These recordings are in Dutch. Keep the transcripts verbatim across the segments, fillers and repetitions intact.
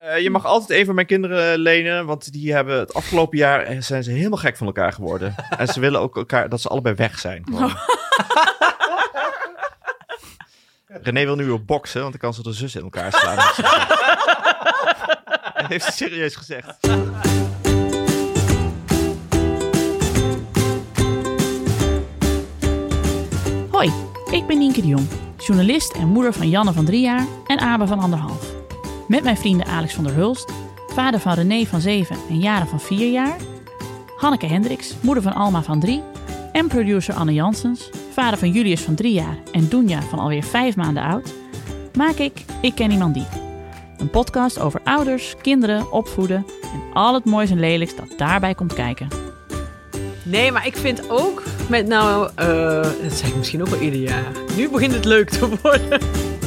Uh, je mag altijd een van mijn kinderen lenen, want die hebben het afgelopen jaar zijn ze helemaal gek van elkaar geworden. En ze willen ook elkaar dat ze allebei weg zijn. Oh. René wil nu weer boksen, want dan kan ze de zus in elkaar slaan. Hij heeft het serieus gezegd. Hoi, ik ben Nienke de Jong, journalist en moeder van Janne van drie jaar en Abe van anderhalf. Met mijn vrienden Alex van der Hulst, vader van René van zeven en Jaren van vier jaar, Hanneke Hendricks, moeder van Alma van drie en producer Anne Janssens, vader van Julius van drie jaar en Doenja van alweer vijf maanden oud, maak ik Ik Ken Iemand Die. Een podcast over ouders, kinderen, opvoeden en al het moois en lelijks dat daarbij komt kijken. Nee, maar ik vind ook met nou, uh, dat zeg ik misschien ook wel ieder jaar. Nu begint het leuk te worden.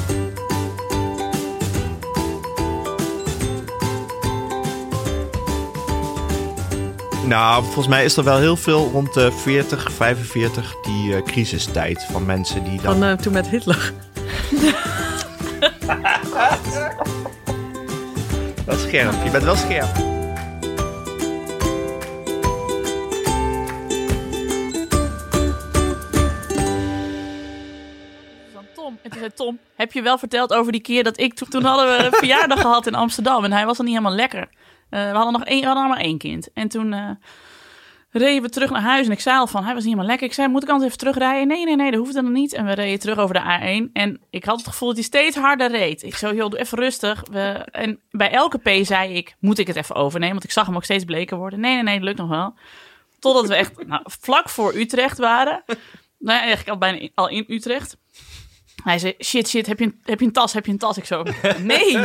Nou, volgens mij is er wel heel veel rond de veertig, vijfenveertig die uh, crisistijd van mensen die dan... Van uh, toen met Hitler. Dat is scherp, je bent wel scherp. En toen zei Tom, heb je wel verteld over die keer dat ik... Toen, toen hadden we een verjaardag gehad in Amsterdam en hij was dan niet helemaal lekker. Uh, we hadden nog één, we hadden maar één kind. En toen uh, reden we terug naar huis en ik zei al van, hij was niet helemaal lekker. Ik zei, moet ik anders even terugrijden? Nee, nee, nee, dat hoeft dan niet. En we reden terug over de A één en ik had het gevoel dat hij steeds harder reed. Ik zei, joh, doe even rustig. We, en bij elke P zei ik, moet ik het even overnemen? Want ik zag hem ook steeds bleker worden. Nee, nee, nee, dat lukt nog wel. Totdat we echt nou, vlak voor Utrecht waren. Nou, eigenlijk al bijna in, al in Utrecht. Hij zei, shit, shit, heb je, een, heb je een tas, heb je een tas? Ik zo, nee.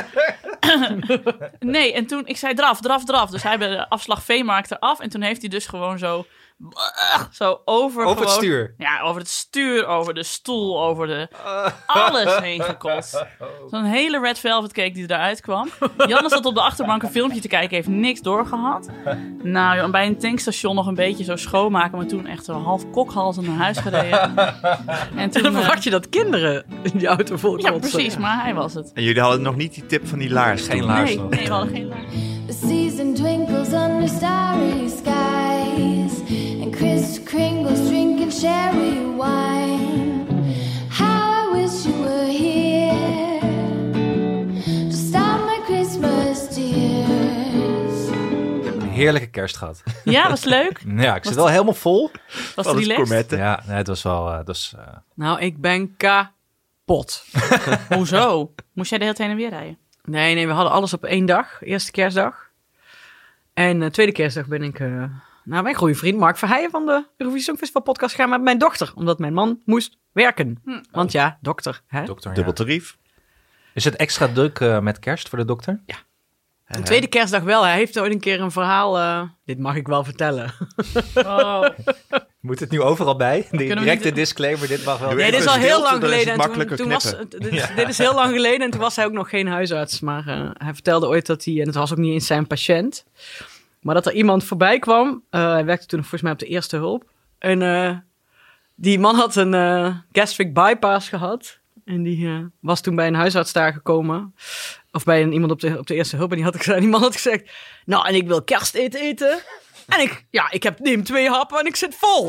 nee, en toen, ik zei draf, draf, draf. Dus hij bij de afslag Veemarkt eraf. En toen heeft hij dus gewoon zo, zo over... Over gewoon, het stuur? Ja, over het stuur, over de stoel, over de... Alles heen gekotst. Zo'n hele red velvet cake die eruit kwam. Janne zat op de achterbank een filmpje te kijken, heeft niks doorgehad. Nou, joh, bij een tankstation nog een beetje zo schoonmaken. Maar toen echt zo half kokhalzend naar huis gereden. En toen... En dan verwacht je dat kinderen in die auto vol Ja, precies, maar hij was het. En jullie hadden nog niet die tip van die laars? Geen laars Nee, nog. nee, we hadden geen laars. The season twinkles under starry skies, and Kris Kringle's drinking cherry wine. How I wish you were here to stop my Christmas tears. Ik heb een heerlijke kerst gehad. Ja, was leuk. Ja, ik zit wel helemaal vol. Was Van het het relaxed? gourmetten. Ja, nee, het was wel... Uh, dus, uh... Nou, ik ben kapot. Hoezo? Moest jij de hele tijd heen en weer rijden? Nee, nee, we hadden alles op één dag. Eerste kerstdag. En uh, tweede kerstdag ben ik... Uh, nou, mijn goede vriend Mark Verheijen van de Eurovisie Songfestival podcast gaan met mijn dochter. Omdat mijn man moest werken. Hm. Want ja, dokter. Hè? dokter, Dubbel ja. tarief. Is het extra druk uh, met kerst voor de dokter? Ja. De tweede kerstdag wel. Hij heeft ooit een keer een verhaal... Uh, dit mag ik wel vertellen. Oh. Moet het nu overal bij? De we directe niet- disclaimer, dit mag wel. Doe Nee, dit is even al een heel gedeelte, lang dan is geleden. het En toen, makkelijker toen was, knippen. dit, is, dit is heel lang geleden en toen was hij ook nog geen huisarts. Maar uh, hij vertelde ooit dat hij, en het was ook niet eens zijn patiënt, maar dat er iemand voorbij kwam. Uh, hij werkte toen volgens mij op de eerste hulp. En uh, die man had een uh, gastric bypass gehad. En die uh, was toen bij een huisarts daar gekomen. Of bij een, iemand op de, op de eerste hulp. En die, had gezegd, die man had gezegd, nou, en ik wil kersteten eten. En ik, ja, ik heb, neem twee happen en ik zit vol.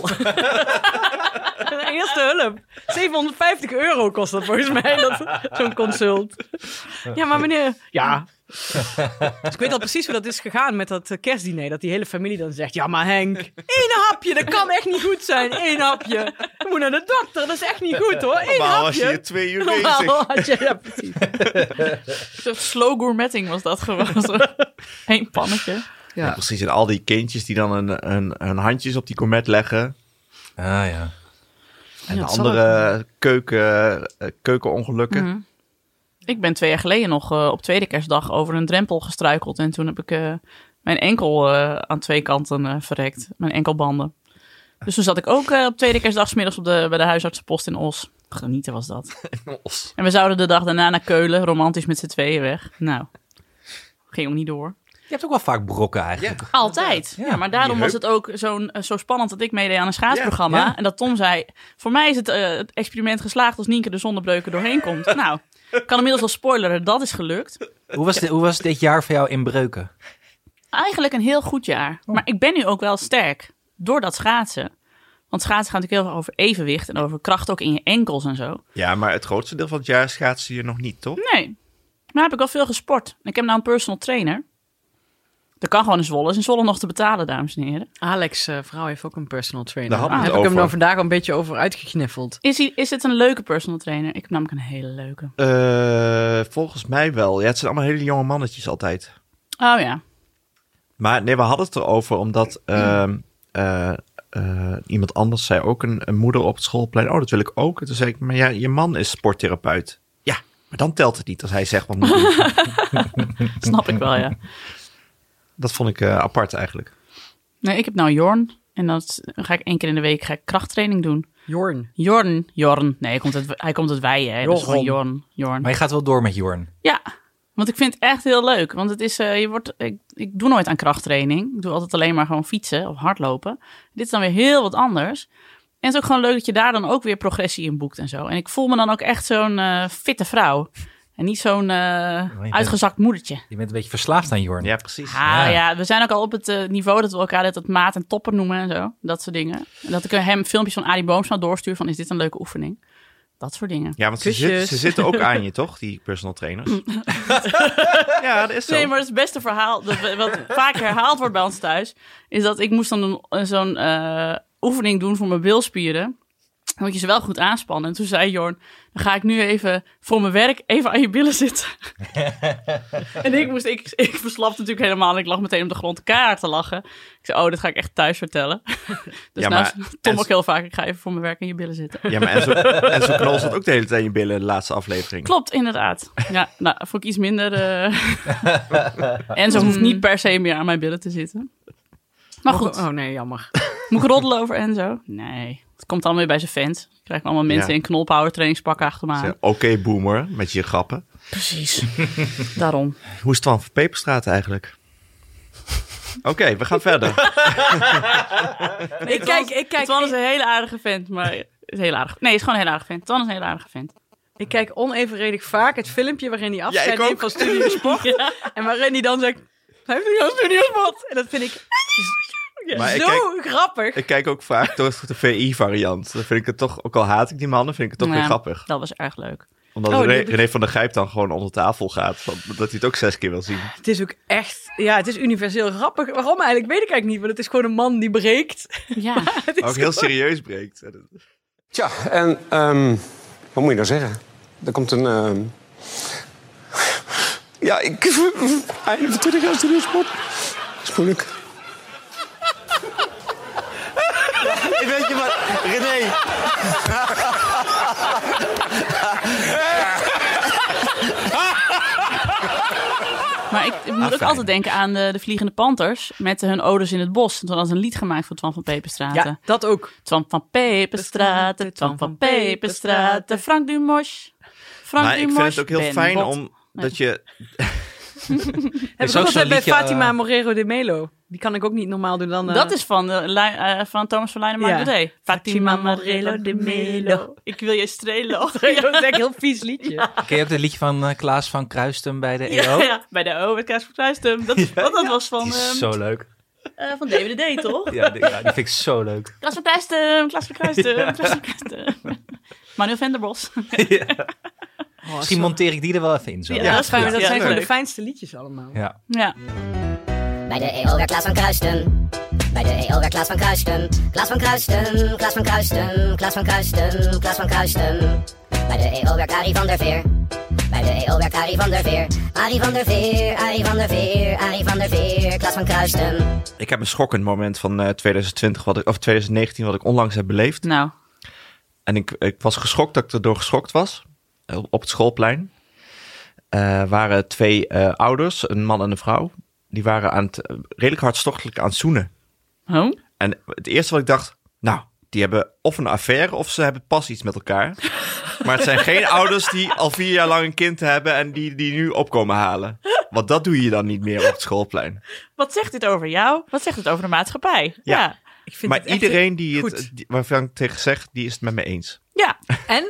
De eerste hulp. zevenhonderdvijftig euro kost dat volgens mij, dat, zo'n consult. Ja, maar meneer, ja. Dus ik weet al precies hoe dat is gegaan met dat kerstdiner. Dat die hele familie dan zegt, ja, maar Henk, één hapje, dat kan echt niet goed zijn. Eén hapje. Je moet naar de dokter, dat is echt niet goed hoor. Eén Normaal was hapje. je twee uur Normaal bezig. had je, ja, precies. Zo slow gourmetting was dat gewoon. Zo. Eén pannetje. Ja, precies. En al die kindjes die dan een, een, een handjes op die gourmet leggen. Ah ja. En Ja, de het zal andere keuken, uh, keukenongelukken. Mm-hmm. Ik ben twee jaar geleden nog uh, op tweede kerstdag over een drempel gestruikeld. En toen heb ik uh, mijn enkel uh, aan twee kanten uh, verrekt. Mijn enkelbanden. Dus toen zat ik ook uh, op tweede kerstdag 's middags op de, bij de huisartsenpost in Os. Genieten was dat. Os. En we zouden de dag daarna naar Keulen, romantisch met z'n tweeën weg. Nou, ging ook niet door. Je hebt ook wel vaak brokken eigenlijk. Ja. Altijd. Ja, Ja, maar daarom die was het ook zo'n, uh, zo spannend dat ik meedeed aan een schaatsprogramma. Ja, ja. En dat Tom zei, voor mij is het, uh, het experiment geslaagd als Nienke er zonder breuken doorheen komt. Nou, Ik kan inmiddels wel spoileren, dat is gelukt. Hoe was, dit, hoe was dit jaar voor jou in Breuken? Eigenlijk een heel goed jaar. Maar ik ben nu ook wel sterk door dat schaatsen. Want schaatsen gaat natuurlijk heel veel over evenwicht en over kracht ook in je enkels en zo. Ja, maar het grootste deel van het jaar schaatsen je nog niet, toch? Nee, maar heb ik al veel gesport. Ik heb nou een personal trainer. Dat kan gewoon in Zwolle. Is in Zwolle nog te betalen, dames en heren. Alex, uh, vrouw, heeft ook een personal trainer. Daar hadden we Daar het heb ik hem over. dan vandaag al een beetje over uitgekniffeld. Is, hij, is het een leuke personal trainer? Ik heb namelijk een hele leuke. Uh, volgens mij wel. Ja, het zijn allemaal hele jonge mannetjes altijd. Oh ja. Maar nee, we hadden het erover omdat uh, uh, uh, iemand anders zei ook een, een moeder op het schoolplein. Oh, dat wil ik ook. En toen zei ik, maar ja, je man is sporttherapeut. Ja, maar dan telt het niet als hij zegt wat moet doen. Snap ik wel, ja. Dat vond ik uh, apart eigenlijk. Nee, ik heb nou Jorn. En dan ga ik één keer in de week ga ik krachttraining doen. Jorn. Jorn. Jorn. Nee, hij komt uit, hij komt uit Weijen. Hè? Dus gewoon Jorn. Jorn. Maar je gaat wel door met Jorn. Ja, want ik vind het echt heel leuk. Want het is, uh, je wordt, ik, ik doe nooit aan krachttraining. Ik doe altijd alleen maar gewoon fietsen of hardlopen. Dit is dan weer heel wat anders. En het is ook gewoon leuk dat je daar dan ook weer progressie in boekt en zo. En ik voel me dan ook echt zo'n uh, fitte vrouw. En niet zo'n uh, bent, uitgezakt moedertje. Je bent een beetje verslaafd aan Jorn. Ja, precies. Ah, ja. Ja. ja, we zijn ook al op het uh, niveau dat we elkaar dat maat en topper noemen en zo. Dat soort dingen. En dat ik hem filmpjes van Arie Boomsma doorstuur van, is dit een leuke oefening? Dat soort dingen. Ja, want ze, zit, ze zitten ook aan je, toch? Die personal trainers. Ja, dat is zo. Nee, maar het beste verhaal, dat we, wat vaak herhaald wordt bij ons thuis, is dat ik moest dan een, zo'n uh, oefening doen voor mijn bilspieren. Dan moet je ze wel goed aanspannen. En toen zei Jorn, dan ga ik nu even voor mijn werk even aan je billen zitten. En ik moest, ik, ik verslapte natuurlijk helemaal en ik lag meteen op de grond keihard te lachen. Ik zei, oh, dit ga ik echt thuis vertellen. Dus ja, nou, maar, Tom ook heel vaak, ik ga even voor mijn werk aan je billen zitten. Ja, maar en zo, en zo knol zat ook de hele tijd in je billen in de laatste aflevering. Klopt, inderdaad. Ja, nou, vond ik iets minder. Uh... en ze hoeft niet per se meer aan mijn billen te zitten. Maar goed. Oh nee, jammer. Moet ik roddelen over Enzo? Nee. Het komt dan weer bij zijn fans. Krijgen allemaal mensen Ja. in knolpower trainingspakken achter me aan. Oké, okay, boomer, met je grappen. Precies. Daarom. Hoe is het van Peperstraat eigenlijk? Oké, okay, we gaan verder. Nee, ik kijk, ik kijk. Twan is een hele aardige vent, maar is heel aardig. Nee, is gewoon een hele aardige vent. Twan is een hele aardige vent. Ik kijk onevenredig vaak het filmpje waarin hij Ja, afscheid ik ook. neemt van Studio Sport. Ja. En waarin hij dan zegt, hij heeft nu al Studio Sport. En dat vind ik Maar ik zo kijk- grappig. Ik kijk ook vaak door de V I-variant. Dan vind ik het toch, ook al haat ik die mannen, vind ik het toch Ja, weer grappig. Dat was erg leuk. Omdat Oh, die René, heb ik- René van der Gijp dan gewoon onder tafel gaat. Van, dat hij het ook zes keer wil zien. Het is ook echt, ja, het is universeel grappig. Waarom eigenlijk, weet ik eigenlijk niet. Want het is gewoon een man die breekt. Ja. Het is Ook heel gewoon- serieus breekt. Tja, en ehm, wat moet je nou zeggen? Er komt een... ehm, Ja, ik... Einde van twintig jaar Studio Sport. Dat is moeilijk. Weet je wat, René? Maar ik, ik moet ook altijd denken aan de, de Vliegende Panthers met hun odes in het bos. Toen hadden ze een lied gemaakt voor Twan van Peperstraten. Ja, dat ook. Twan van Peperstraten, Twan van Peperstraten, Frank Dumosch. Frank Maar ik Dumosch, vind het ook heel Ben fijn Bot. om dat je... Heb is ik ook ook zo'n altijd bij liedje, Fatima eh, Morero de Melo. Die kan ik ook niet normaal doen dan... eh, Dat is van, de, Lijn- eh, van Thomas van Leijnen Ja. Marc Fatima Morelo de Melo. Ik wil je strelen. Dat is echt een heel vies liedje. Ken je ook het liedje van uh, Klaas van Kruistum bij de E Ja, O? ja, bij de O, met Kaas van Kruistum. Dat, dat, dat was van, Die is ehm, zo leuk. eh, van D W D, toch? Ja, die, ja, die vind ik zo leuk. Klaas van Kruistum, Klaas van Kruistum, Klaas van Kruistum. Manuel Venderbos. Misschien monteer ik die er wel even in zo. Ja, Ja, dat, dat is zijn, goed. dat Ja, zijn gewoon leuk. de fijnste liedjes allemaal. Ja. Ja. Bij de E O werd Klaas van Kruisten. Bij de E O werd Klaas van Kruisten. Klaas van Kruisten, Klaas van Kruisten, Klaas van Kruisten, Klaas van Kruisten. Bij de E O werd Arie van der Veer. Bij de E O werd Arie van der Veer. Arie van der Veer, Arie van der Veer, Arie van der Veer, Klaas van Kruisten. Ik heb een schokkend moment van uh, twintig twintig, wat ik, of twintig negentien, wat ik onlangs heb beleefd. Nou, En ik, ik was geschokt dat ik erdoor geschokt was. Uh, op het schoolplein. Uh, waren twee uh, ouders, een man en een vrouw. Die waren aan het, uh, redelijk hartstochtelijk aan het zoenen. oh? En het eerste wat ik dacht, nou, die hebben of een affaire of ze hebben pas iets met elkaar. Maar het zijn geen ouders die al vier jaar lang een kind hebben en die, die nu opkomen halen. Want dat doe je dan niet meer op het schoolplein. Wat zegt dit over jou? Wat zegt het over de maatschappij? Ja. Ja. Ik vind Maar het echt iedereen die goed. het, die, waarvan ik tegen zeg, die is het met me eens. Ja. En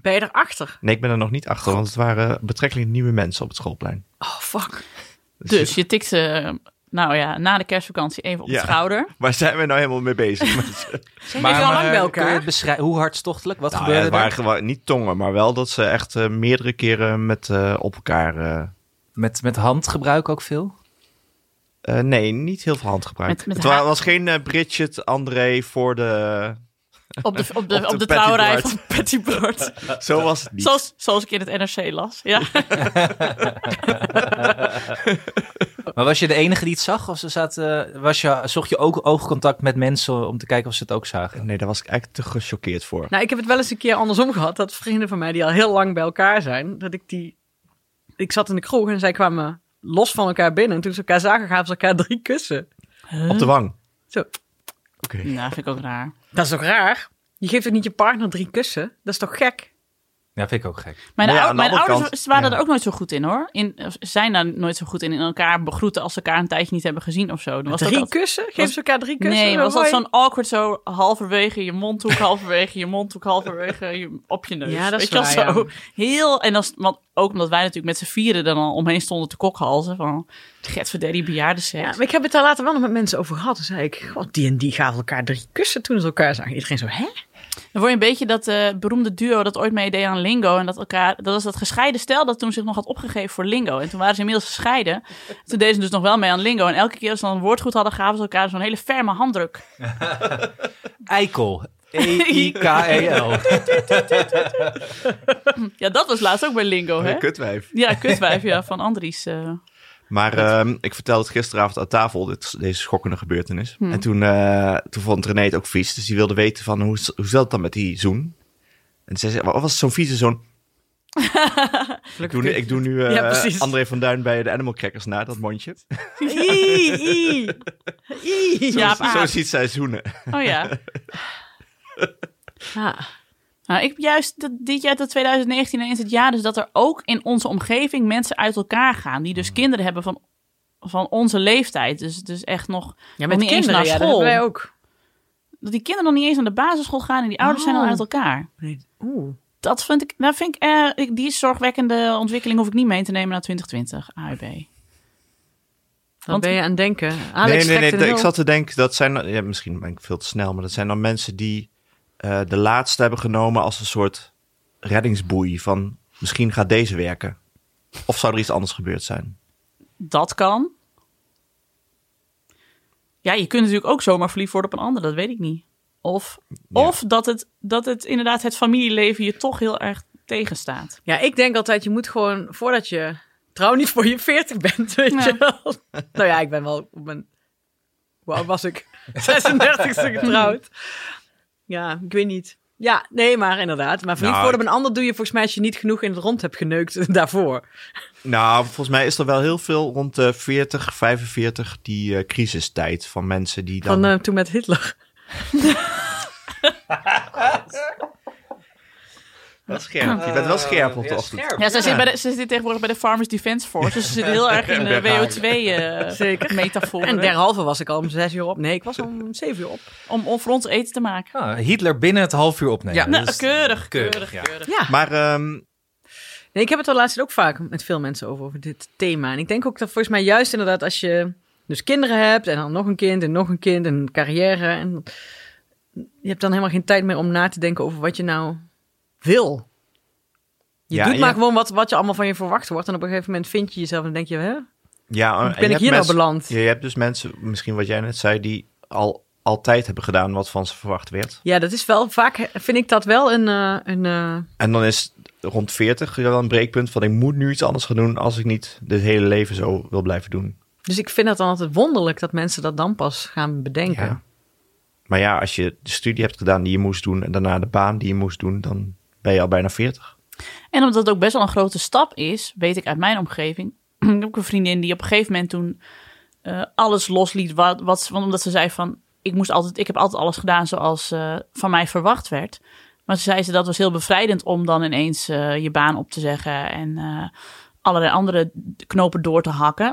Ben je erachter? Nee, ik ben er nog niet achter, want het waren betrekkelijk nieuwe mensen op het schoolplein. Oh, fuck. Dus je tikt ze, nou ja, na de kerstvakantie even op Ja. de schouder. Waar zijn we nou helemaal mee bezig? Zijn jullie al lang bij kun je elkaar? het beschrijven? Hoe hartstochtelijk? Wat Nou, ja, gebeurde het waren er? gewoon niet tongen, maar wel dat ze echt uh, meerdere keren met uh, op elkaar... Uh, met, met handgebruik ook veel? Uh, nee, niet heel veel handgebruik. Met, met het ha- was geen uh, Bridget, André voor de... Op de, op de, op op de, de trouwerij Patty van Patty Bart. Zo was het niet. Zoals, zoals ik in het N R C las. Ja. Maar was je de enige die het zag? Of ze zaten, was je, zocht je ook oogcontact met mensen om te kijken of ze het ook zagen? Nee, daar was ik eigenlijk te gechoqueerd voor. Nou, ik heb het wel eens een keer andersom gehad. Dat vrienden van mij die al heel lang bij elkaar zijn. Dat ik die... Ik zat in de kroeg en zij kwamen los van elkaar binnen. En toen ze elkaar zagen, gaven ze elkaar drie kussen. Huh? Op de wang. Zo. Oké. Okay. Nou, vind ik ook raar. Dat is toch raar? Je geeft toch niet je partner drie kussen? Dat is toch gek? Ja, vind ik ook gek. Mijn, ja, ou- mijn ouders kant, waren ja. er ook nooit zo goed in, hoor. In, zijn daar nooit zo goed in. In elkaar begroeten als ze elkaar een tijdje niet hebben gezien of zo. Dan was drie dat kussen? Geven ze elkaar drie kussen? Nee, maar was dat Hoi. zo'n awkward zo halverwege je mondhoek, halverwege je mondhoek, halverwege je, op je neus. Ja, dat is Weet je wel, waar, zo. ja. Heel, en dan, want ook omdat wij natuurlijk met z'n vieren er dan omheen stonden te kokhalzen. Van, Gert die bejaardenseks. Ja, maar ik heb het daar later wel nog met mensen over gehad. Toen zei ik, god, die en die gaven elkaar drie kussen toen ze elkaar zagen. Iedereen zo, hè? Dan word je een beetje dat uh, beroemde duo dat ooit meedeed aan Lingo. En dat elkaar, dat was dat gescheiden stel dat toen zich nog had opgegeven voor Lingo. En toen waren ze inmiddels gescheiden. Toen deden ze dus nog wel mee aan Lingo. En elke keer als ze dan een woord goed hadden, gaven ze elkaar zo'n hele ferme handdruk. Eikel. E I K E L. Ja, dat was laatst ook bij Lingo, hè? Kutwijf. Ja, kutwijf, ja, van Andries. Uh... Maar uh, ik vertelde het gisteravond aan tafel, dit, deze schokkende gebeurtenis. Hmm. En toen, uh, toen vond René het ook vies. Dus die wilde weten van, hoe, hoe zat het dan met die zoen? En ze zei, wat was het zo'n vieze zoon? ik, doe nu, ik doe nu uh, ja, André van Duin bij de Animal Crackers na, dat mondje. Ii, ii, ii. Zo, ja, zo ziet zij zoenen. Oh ja. ah. Nou, ik heb juist dit jaar, tot twintig negentien, ineens het jaar dus dat er ook in onze omgeving mensen uit elkaar gaan. Die dus mm. kinderen hebben van, van onze leeftijd. Dus, dus echt nog, ja, met nog niet kinderen, eens naar school. Ja, dat hebben wij ook. Dat die kinderen nog niet eens naar de basisschool gaan en die ouders oh. zijn al uit elkaar. Nee. Oeh. Dat vind ik, dat vind ik, eh, die zorgwekkende ontwikkeling hoef ik niet mee te nemen naar twintig twintig, A U B. Wat ben je aan het denken? Alex nee, nee, nee. nee Ik zat te denken, dat zijn, ja, misschien ben ik veel te snel, maar dat zijn dan mensen die uh, de laatste hebben genomen als een soort reddingsboei van misschien gaat deze werken. Of zou er iets anders gebeurd zijn? Dat kan. Ja, je kunt natuurlijk ook zomaar verliefd worden op een ander, dat weet ik niet. Of, ja. of dat, het, dat het inderdaad het familieleven je toch heel erg tegenstaat. Ja, ik denk altijd, je moet gewoon, voordat je trouw niet voor je veertig bent, weet ja. je wel. Nou ja, ik ben wel op mijn... Hoe oud was ik? zesendertigste getrouwd. Ja, ik weet niet. Ja, nee, maar inderdaad. Maar verliefd nou, worden op een ander doe je volgens mij als je niet genoeg in het rond hebt geneukt daarvoor. Nou, volgens mij is er wel heel veel rond de veertig, vijfenveertig die uh, crisistijd van mensen die dan... Van uh, toen met Hitler. Wel scherp. Je bent wel scherp op de ochtend. Ja, ja, ze, ja. Zit bij de, ze zit tegenwoordig bij de Farmers Defence Force. Dus ze zit heel erg in de W O twee-metafoor. Uh, en derhalve was ik al om zes uur op. Nee, ik was om zeven uur op. Om, om voor ons eten te maken. Ah, Hitler binnen het half uur opnemen. Ja, nou, dus keurig, keurig, keurig. Ja. keurig. Ja. Maar... Um, nee, ik heb het er laatst ook vaak met veel mensen over, over dit thema. En ik denk ook dat volgens mij juist inderdaad als je dus kinderen hebt en dan nog een kind en nog een kind en een carrière. En je hebt dan helemaal geen tijd meer om na te denken over wat je nou wil. Je ja, doet maar je... gewoon wat, wat je allemaal van je verwacht wordt. En op een gegeven moment vind je jezelf en denk je, hè? Ja, ben ik hier nou beland? Je hebt dus mensen, misschien wat jij net zei, die al altijd hebben gedaan wat van ze verwacht werd. Ja, dat is wel, vaak vind ik dat wel een... Uh, een uh... En dan is rond veertig wel een breekpunt van ik moet nu iets anders gaan doen als ik niet het hele leven zo wil blijven doen. Dus ik vind het dan altijd wonderlijk dat mensen dat dan pas gaan bedenken. Ja. Maar ja, als je de studie hebt gedaan die je moest doen en daarna de baan die je moest doen, dan ben je al bijna veertig. En omdat het ook best wel een grote stap is, weet ik uit mijn omgeving. Ik heb ook een vriendin die op een gegeven moment toen uh, alles losliet. Wat, wat, omdat ze zei van, ik, moest altijd, ik heb altijd alles gedaan zoals uh, van mij verwacht werd. Maar ze zei ze, dat was heel bevrijdend om dan ineens uh, je baan op te zeggen en uh, allerlei andere knopen door te hakken.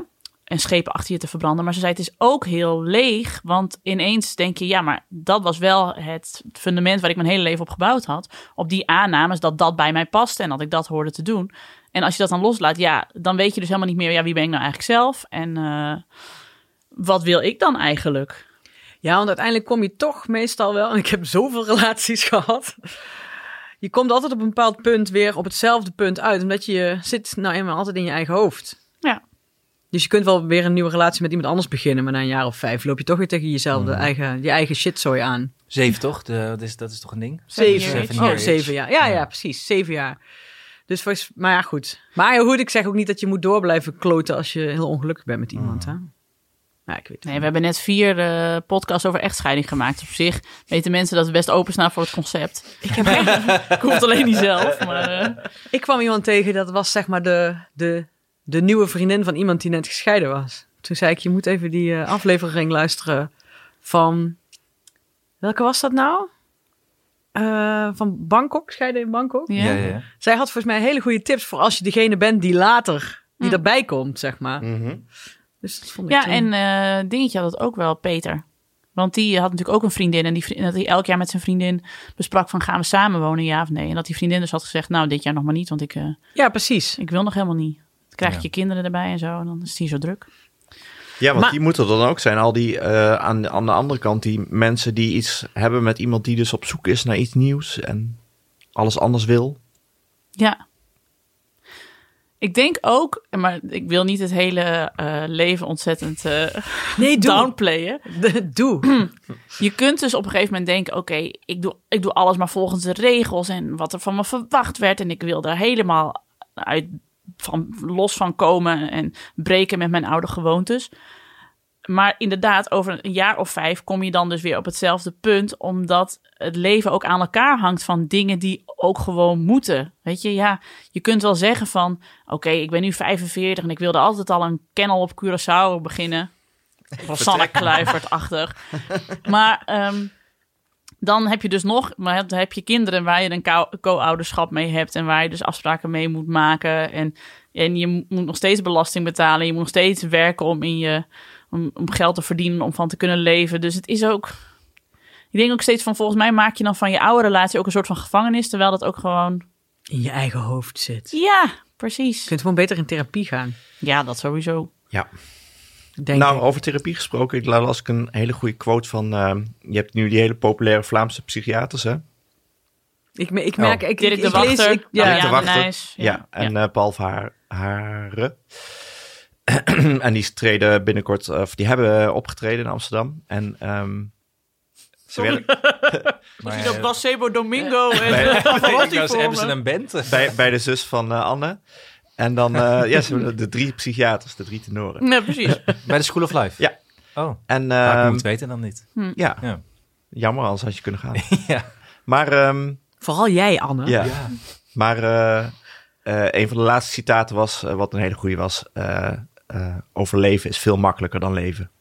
en schepen achter je te verbranden. Maar ze zei, het is ook heel leeg. Want ineens denk je, ja, maar dat was wel het fundament waar ik mijn hele leven op gebouwd had. Op die aannames dat dat bij mij paste en dat ik dat hoorde te doen. En als je dat dan loslaat, ja, dan weet je dus helemaal niet meer, ja, wie ben ik nou eigenlijk zelf? En uh, wat wil ik dan eigenlijk? Ja, want uiteindelijk kom je toch meestal wel, en ik heb zoveel relaties gehad. Je komt altijd op een bepaald punt weer op hetzelfde punt uit. Omdat je zit nou eenmaal altijd in je eigen hoofd. Ja. Dus je kunt wel weer een nieuwe relatie met iemand anders beginnen. Maar na een jaar of vijf loop je toch weer tegen jezelf de eigen, je eigen shitzooi aan. Zeven toch? De, dat, is, dat is toch een ding? Zeven. Zeven Oh, year zeven jaar. Ja, ja, precies. Zeven jaar. Dus volgens, maar ja, goed. Maar ja, goed, ik zeg ook niet dat je moet door blijven kloten als je heel ongelukkig bent met iemand. Hè? Ja, ik weet het. Nee, we hebben net vier uh, podcasts over echtscheiding gemaakt. Op zich weten mensen dat we best openstaan voor het concept. Ik, heb ik hoef het alleen niet zelf. Maar, uh... Ik kwam iemand tegen, dat was zeg maar de, de, de nieuwe vriendin van iemand die net gescheiden was. Toen zei ik, je moet even die uh, aflevering luisteren van... Welke was dat nou? Uh, van Bangkok, scheiden in Bangkok. Ja. Ja, ja. Zij had volgens mij hele goede tips voor als je degene bent die later, die Mm. erbij komt, zeg maar. Mm-hmm. Dus dat vond ik Ja, toen- en uh, Dingetje had dat ook wel, Peter. Want die had natuurlijk ook een vriendin. En die vriendin, dat hij elk jaar met zijn vriendin besprak van... gaan we samen wonen, ja of nee? En dat die vriendin dus had gezegd... nou, dit jaar nog maar niet, want ik, uh, Ja, precies. ik wil nog helemaal niet. Dan krijg je Ja. je kinderen erbij en zo. En dan is die zo druk. Ja, want Maar- die moeten er dan ook zijn. Al die, uh, aan, aan de andere kant, die mensen die iets hebben met iemand die dus op zoek is naar iets nieuws en alles anders wil. Ja. Ik denk ook... maar ik wil niet het hele uh, leven ontzettend uh, Nee, doe. downplayen. Doe. Je kunt dus op een gegeven moment denken... oké, okay, ik, doe, ik doe alles maar volgens de regels... en wat er van me verwacht werd... en ik wil daar helemaal uit, van, los van komen... en breken met mijn oude gewoontes. Maar inderdaad, over een jaar of vijf... kom je dan dus weer op hetzelfde punt... omdat het leven ook aan elkaar hangt... van dingen die ook gewoon moeten. Weet je, ja, je kunt wel zeggen van... oké, okay, ik ben nu vijfenveertig... en ik wilde altijd al een kennel op Curaçao beginnen... Rosanne Kluivert-achtig. Maar um, dan heb je dus nog... maar dan heb je kinderen waar je een co- co-ouderschap mee hebt... en waar je dus afspraken mee moet maken. En, en je moet nog steeds belasting betalen. Je moet nog steeds werken om, in je, om, om geld te verdienen... om van te kunnen leven. Dus het is ook... Ik denk ook steeds van... volgens mij maak je dan van je oude relatie... ook een soort van gevangenis... terwijl dat ook gewoon... In je eigen hoofd zit. Ja, precies. Je kunt gewoon beter in therapie gaan. Ja, dat sowieso. Ja. Denk nou, ik. over therapie gesproken, ik las ik een hele goede quote van... Uh, je hebt nu die hele populaire Vlaamse psychiaters, hè? Ik, ik merk... Oh. Ik, Dirk ik, de ik lees... Wachter. Ik, ja, Dirk de ja, Wachter. Nijs. Ja, Ja, en ja. uh, Paul Haar, Hare. En die treden binnenkort... of die hebben opgetreden in Amsterdam. En... Um, ze werden, Maar, dat Placebo Domingo en bij, Hebben ze een band? bij, bij de zus van uh, Anne. En dan, uh, ja, ze hebben de drie psychiaters, de drie tenoren. Ja, precies. Bij de School of Life? Ja. Oh, En, maar ik uh, moet het weten dan niet. ja, Ja. jammer, anders had je kunnen gaan. Ja. Maar, um, Vooral jij, Anne. ja. Maar uh, uh, een van de laatste citaten was, uh, wat een hele goede was... Uh, uh, overleven is veel makkelijker dan leven.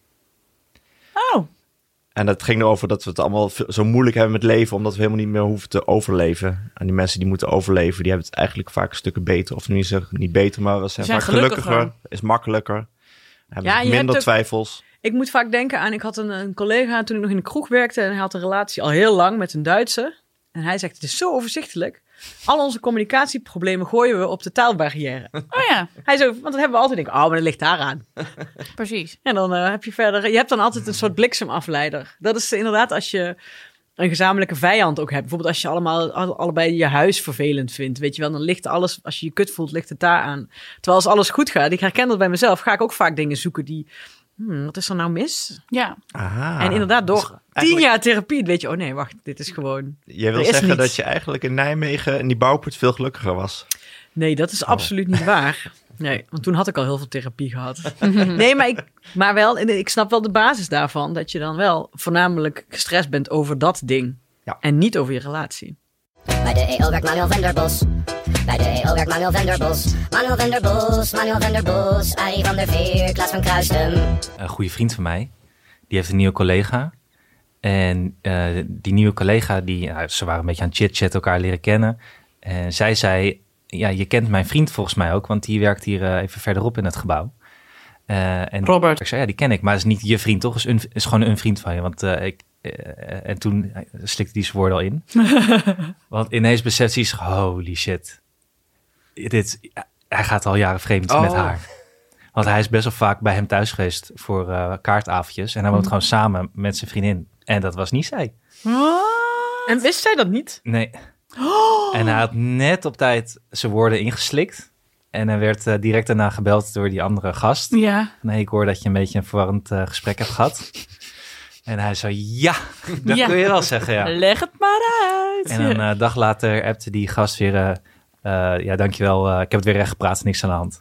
Oh, En dat ging erover dat we het allemaal veel- zo moeilijk hebben met leven... omdat we helemaal niet meer hoeven te overleven. En die mensen die moeten overleven... die hebben het eigenlijk vaak stukken beter. Of nu is het niet beter, maar we zijn, zijn vaak gelukkiger. gelukkiger. Is makkelijker. Hebben Ja, ze je hebt minder ook- twijfels. Ik moet vaak denken aan... Ik had een, een collega toen ik nog in de kroeg werkte... en hij had een relatie al heel lang met een Duitser. En hij zegt, het is zo overzichtelijk. Al onze communicatieproblemen gooien we op de taalbarrière. oh ja, Hij zo, want dan hebben we altijd denk, oh, maar dat ligt daaraan. precies. En dan uh, heb je verder... Je hebt dan altijd een soort bliksemafleider. Dat is inderdaad als je een gezamenlijke vijand ook hebt. Bijvoorbeeld als je allemaal alle- allebei je huis vervelend vindt. Weet je wel, dan ligt alles... Als je je kut voelt, ligt het daar aan. Terwijl als alles goed gaat, ik herken dat bij mezelf... ga ik ook vaak dingen zoeken die... Hmm, wat is er nou mis? Ja, Aha. en inderdaad, door tien eigenlijk- jaar therapie weet je... Oh nee, wacht, dit is gewoon... Jij wil er is zeggen niets. dat je eigenlijk in Nijmegen... in die bouwput veel gelukkiger was. Nee, dat is absoluut niet waar. Nee, want toen had ik al heel veel therapie gehad. Nee, maar, ik, maar wel, en ik snap wel de basis daarvan... dat je dan wel voornamelijk gestrest bent over dat ding. Ja. En niet over je relatie. Bij de E O werkt Manuel Venderbos. Bij de E O werkt Manuel Venderbos. Manuel Venderbos, Manuel Venderbos. Arie van der Veer, Klaas van Kruisten. Een goede vriend van mij, die heeft een nieuwe collega. En uh, die nieuwe collega, die, nou, ze waren een beetje aan het chit-chat elkaar leren kennen. En zij zei, ja, je kent mijn vriend volgens mij ook, want die werkt hier uh, even verderop in het gebouw. Uh, en Robert. Ik zei, ja, die ken ik, maar het is niet je vriend, toch? Het is, een, is gewoon een vriend van je. Want uh, ik... Uh, en toen slikte hij zijn woorden al in. Want ineens beseft hij zich, holy shit. Dit, hij gaat al jaren vreemd oh. met haar. Want hij is best wel vaak bij hem thuis geweest voor uh, kaartavondjes. En hij woont mm. gewoon samen met zijn vriendin. En dat was niet zij. What? En wist zij dat niet? Nee. Oh. En hij had net op tijd zijn woorden ingeslikt. En hij werd uh, direct daarna gebeld door die andere gast. Ja. Nee, ik hoor dat je een beetje een verwarrend uh, gesprek hebt gehad. En hij zei, ja, dat ja. kun je wel zeggen, ja. Leg het maar uit. En een uh, dag later appte die gast weer, uh, uh, ja, dankjewel, uh, ik heb het weer recht gepraat, niks aan de hand.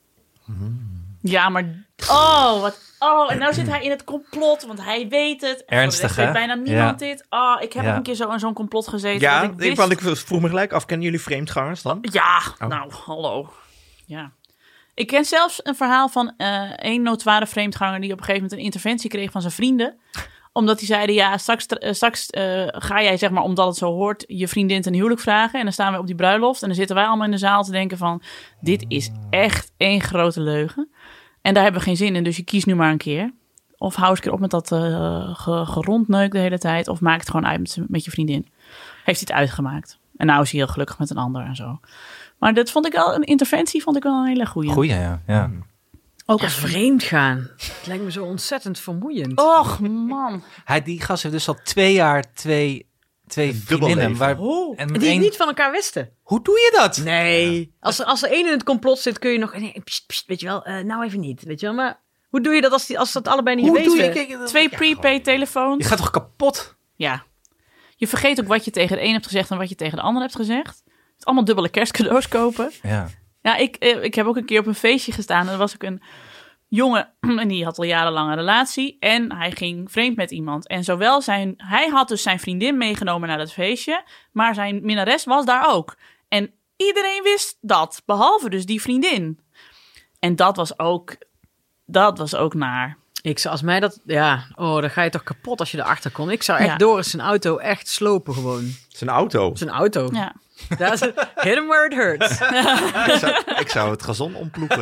Ja, maar, oh, wat, oh, en nou zit hij in het complot, want hij weet het. Ernstig, hè? Weet bijna niemand ja. dit. Oh, ik heb ja. ook een keer zo in zo'n complot gezeten. Ja, dat ik, wist... ik, want ik vroeg me gelijk af, kennen jullie vreemdgangers dan? Ja, oh. nou, hallo. Ja. Ik ken zelfs een verhaal van uh, één notoire vreemdganger die op een gegeven moment een interventie kreeg van zijn vrienden. Omdat die zeiden, ja, straks, uh, straks uh, ga jij, zeg maar, omdat het zo hoort, je vriendin ten huwelijk vragen. En dan staan we op die bruiloft en dan zitten wij allemaal in de zaal te denken van, dit is echt één grote leugen. En daar hebben we geen zin in, dus je kiest nu maar een keer. Of hou eens een keer op met dat uh, ge- gerondneuk de hele tijd. Of maak het gewoon uit met, met je vriendin. Heeft hij het uitgemaakt. En nou is hij heel gelukkig met een ander en zo. Maar dat vond ik wel, een interventie vond ik wel een hele goeie. Goeie, ja. ja. Ook als ja, vreemd gaan. Het lijkt me zo ontzettend vermoeiend. Och, man. Hij, die gast heeft dus al twee jaar twee, twee vriendinnen. Waar, oh, en die een... niet van elkaar wisten. Hoe doe je dat? Nee. Ja. Als, als er één in het complot zit, kun je nog... Nee, pst, pst, weet je wel, uh, nou even niet. Weet je wel, maar hoe doe je dat als, die, als dat allebei niet weten? Hoe doe je? Kijk, twee ja, prepaid telefoons. Je gaat toch kapot? Ja. Je vergeet ook wat je tegen de een hebt gezegd en wat je tegen de ander hebt gezegd. Het allemaal dubbele kerstcadeaus kopen. Ja. Ja, ik, ik heb ook een keer op een feestje gestaan. En er was ook een jongen en die had al jarenlang een relatie. En hij ging vreemd met iemand. En zowel zijn... Hij had dus zijn vriendin meegenomen naar dat feestje. Maar zijn minnares was daar ook. En iedereen wist dat. Behalve dus die vriendin. En dat was ook... Dat was ook naar... Ik zou, als mij dat... Ja, oh, dan ga je toch kapot als je erachter komt. Ik zou echt ja. Doris zijn auto echt slopen gewoon. Zijn auto? Zijn auto. Ja. Dat is hit him where it hurts. ik, zou, ik zou het gazon omploegen.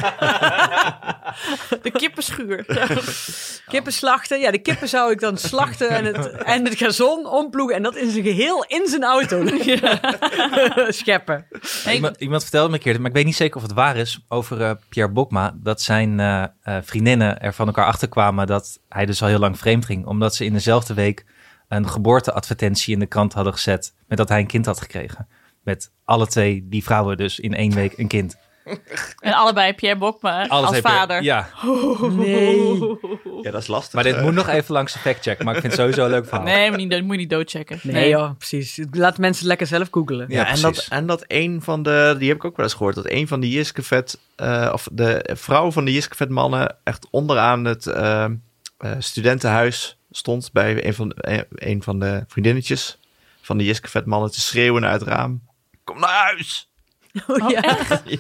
De kippenschuur. Kippen slachten. Ja, de kippen zou ik dan slachten en het, en het gazon omploegen. En dat in zijn geheel in zijn auto scheppen. Nee, iemand, iemand vertelde me een keer, maar ik weet niet zeker of het waar is, over uh, Pierre Bokma. Dat zijn uh, uh, vriendinnen er van elkaar achterkwamen dat hij dus al heel lang vreemd ging. Omdat ze in dezelfde week een geboorteadvertentie in de krant hadden gezet met dat hij een kind had gekregen. Met alle twee die vrouwen dus in één week een kind. En allebei Pierre Bokma als Pierre, vader. Ja. Nee. Ja, dat is lastig. Maar dit moet nog even langs de factcheck. Maar ik vind het sowieso een leuk verhaal. Nee, maar niet, moet je niet doodchecken. Nee, nee joh, precies. Laat mensen lekker zelf googlen. Ja, ja en, dat, en dat een van de, die heb ik ook wel eens gehoord, dat een van die Jiskevet, uh, of de vrouw van de Jiskevet mannen echt onderaan het uh, uh, studentenhuis stond bij een van, een, een van de vriendinnetjes van de Jiskevet mannen te schreeuwen uit het raam. Kom naar huis! Oh, ja. Echt? Ja.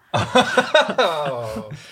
Oh.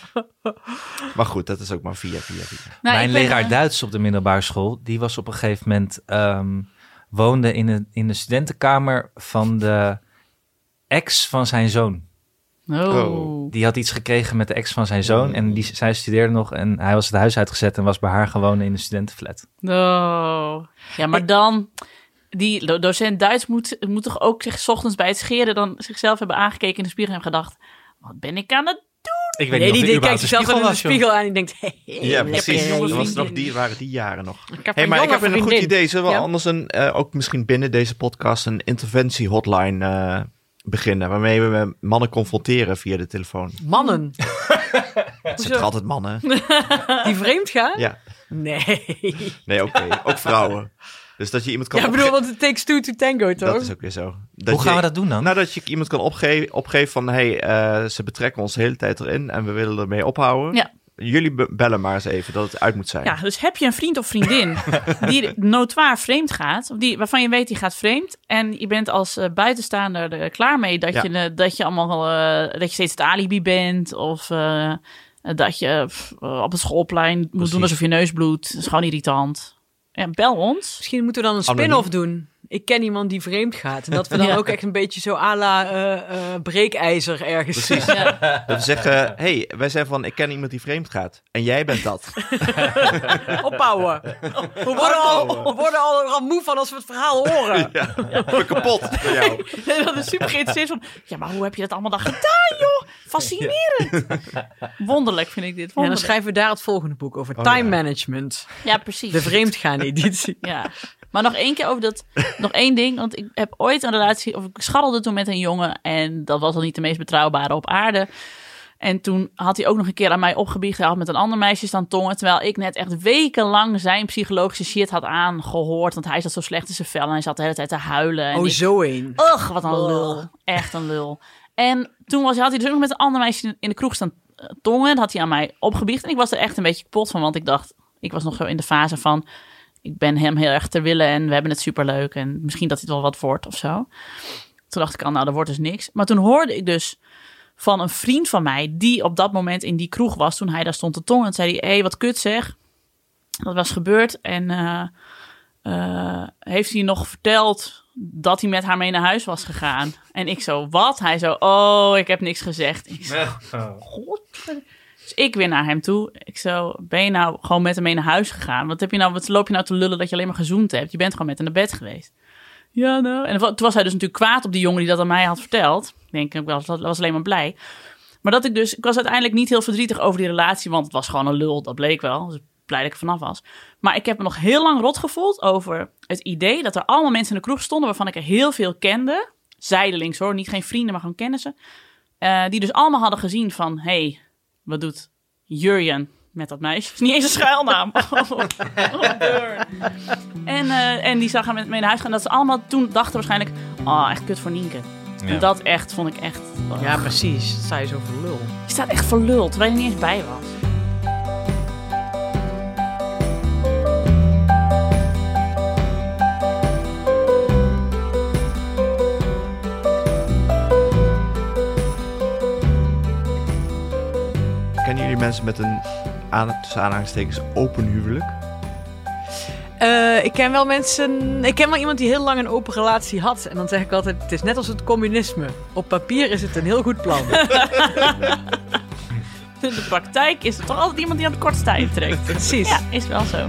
Maar goed, dat is ook maar via, via, via. Nou, Mijn ben, leraar uh... Duits op de middelbare school, die was op een gegeven moment, um, woonde in de, in de studentenkamer van de ex van zijn zoon. Oh. Die had iets gekregen met de ex van zijn zoon. En die, zij studeerde nog en hij was het huis uitgezet en was bij haar gewoon in de studentenflat. Oh. Ja, maar dan... Die docent Duits moet, moet toch ook zich 's ochtends bij het scheren dan zichzelf hebben aangekeken in de spiegel en hebben gedacht, wat ben ik aan het doen? Ik weet nee, niet of die, die kijkt zichzelf in de spiegel aan en die denkt, hey, ja, precies. Dat was nog die, waren die jaren nog. Ik heb hey, maar ik heb een vriendin. goed idee. Zullen we ja? anders een, uh, ook misschien binnen deze podcast een interventie-hotline uh, beginnen, waarmee we mannen confronteren via de telefoon? Mannen? Het zijn toch altijd mannen? Die vreemd gaan? Ja. Nee. Nee, oké. Okay. Ook vrouwen. Dus dat je iemand kan Ja, ik bedoel, want het takes two to tango, toch? Dat is ook weer zo. Dat Hoe gaan je, we dat doen dan? Nou, dat je iemand kan opge- opgeven van, hey, uh, ze betrekken ons de hele tijd erin en we willen ermee ophouden. Ja. Jullie be- bellen maar eens even dat het uit moet zijn. Ja, dus heb je een vriend of vriendin die notoir vreemd gaat, of die, waarvan je weet die gaat vreemd, en je bent als uh, buitenstaander er klaar mee dat, ja. je, uh, dat je allemaal uh, dat je steeds het alibi bent, of uh, dat je pff, op het schoolplein moet Precies. doen alsof je neus bloedt. Dat is gewoon irritant. Ja, bel ons. Misschien moeten we dan een spin-off doen. ik ken iemand die vreemd gaat. En dat we dan Ja. ook echt een beetje zo à la uh, uh, breekijzer ergens. Precies. Ja. Dat we zeggen, hé, hey, wij zijn van, ik ken iemand die vreemd gaat. En jij bent dat. Opbouwen. We worden, al, we worden al, al moe van als we het verhaal horen. Ja, ik ben kapot voor jou. Nee, dat is super geïnteresseerd van... Ja, maar hoe heb je dat allemaal dan gedaan, joh? Fascinerend. Wonderlijk vind ik dit. Ja, dan Wonderlijk. schrijven we daar het volgende boek over. Oh, Time ja. management. Ja, precies. De vreemdgaan-editie. Ja. Maar nog één keer over dat... Nog één ding. Want ik heb ooit een relatie... Of ik scharrelde toen met een jongen. En dat was al niet de meest betrouwbare op aarde. En toen had hij ook nog een keer aan mij opgebiecht. Hij had met een ander meisje staan tongen. Terwijl ik net echt wekenlang zijn psychologische shit had aangehoord. Want hij zat zo slecht in zijn vel. En hij zat de hele tijd te huilen. En Oh, ik, zo een. Ugh, wat een lul. Echt een lul. En toen was, had hij dus ook nog met een ander meisje in de kroeg staan uh, tongen. Dat had hij aan mij opgebiecht. En ik was er echt een beetje kapot van. Want ik dacht, ik was nog zo in de fase van... Ik ben hem heel erg ter wille en we hebben het superleuk. En misschien dat dit wel wat wordt of zo. Toen dacht ik al, nou, dat wordt dus niks. Maar toen hoorde ik dus van een vriend van mij... die op dat moment in die kroeg was toen hij daar stond te tongen. En zei hij, hé, hey, wat kut zeg. Dat was gebeurd. En uh, uh, heeft hij nog verteld dat hij met haar mee naar huis was gegaan. En ik zo, wat? Hij zo, oh, ik heb niks gezegd. Ik zo, godverdomme. Dus ik weer naar hem toe. Ik zo, ben je nou gewoon met hem mee naar huis gegaan? Wat heb je nou, wat loop je nou te lullen dat je alleen maar gezoend hebt? Je bent gewoon met hem naar bed geweest. Ja, nou. En toen was hij dus natuurlijk kwaad op die jongen die dat aan mij had verteld. Ik denk, ik was, was alleen maar blij. Maar dat ik dus, ik was uiteindelijk niet heel verdrietig over die relatie, want het was gewoon een lul, dat bleek wel. Dus blij dat ik er vanaf was. Maar ik heb me nog heel lang rot gevoeld over het idee dat er allemaal mensen in de kroeg stonden waarvan ik er heel veel kende. Zijdelings hoor, niet geen vrienden, maar gewoon kennissen. Uh, die dus allemaal hadden gezien van, hé, hey, wat doet Jurjen met dat meisje? Het is niet eens een schuilnaam. Oh, oh, en, uh, en die zag haar met mee naar huis gaan. Dat ze allemaal toen dachten waarschijnlijk, oh, echt kut voor Nienke. Ja. En dat echt, vond ik echt... Oh. Ja, precies. Dat sta je zo voor lul. Je staat echt voor lul, terwijl je er niet eens bij was. Kennen jullie mensen met een aan, tussen aanhalingstekens open huwelijk? Uh, ik ken wel mensen... Ik ken wel iemand die heel lang een open relatie had. En dan zeg ik altijd, het is net als het communisme. Op papier is het een heel goed plan. In de praktijk is er toch altijd iemand die aan de kortste eind trekt. Precies. Ja, is wel zo.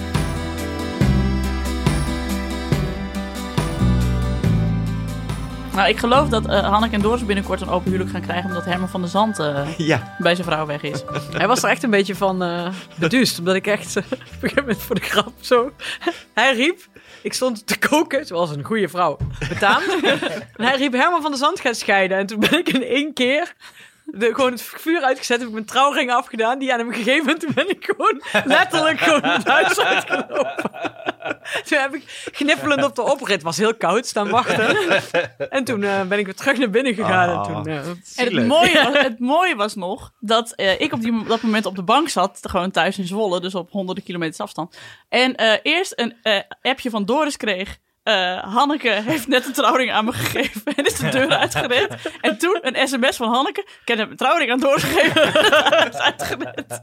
Nou, ik geloof dat uh, Hanneke en Doris binnenkort een open huwelijk gaan krijgen... omdat Herman van der Zand uh, ja. bij zijn vrouw weg is. Hij was er echt een beetje van uh, beduust. Omdat ik echt uh, op een gegeven moment voor de grap zo... Hij riep... Ik stond te koken, zoals een goede vrouw betaamt. En hij riep, Herman van der Zand gaat scheiden. En toen ben ik in één keer... De, gewoon het vuur uitgezet, heb ik mijn trouwring afgedaan, die aan hem gegeven. En toen ben ik gewoon letterlijk gewoon het huis uitgelopen. Toen heb ik gniffelend op de oprit, het was heel koud, staan wachten. En toen uh, ben ik weer terug naar binnen gegaan. Oh, en toen, uh, en het mooie, was, het mooie was nog dat uh, ik op die, dat moment op de bank zat, gewoon thuis in Zwolle, dus op honderden kilometers afstand. En uh, eerst een uh, appje van Doris kreeg. Uh, Hanneke heeft net een trouwring aan me gegeven en is de deur uitgerend. En toen een sms van Hanneke. Ik heb een trouwring aan Doris gegeven. is uitgerend.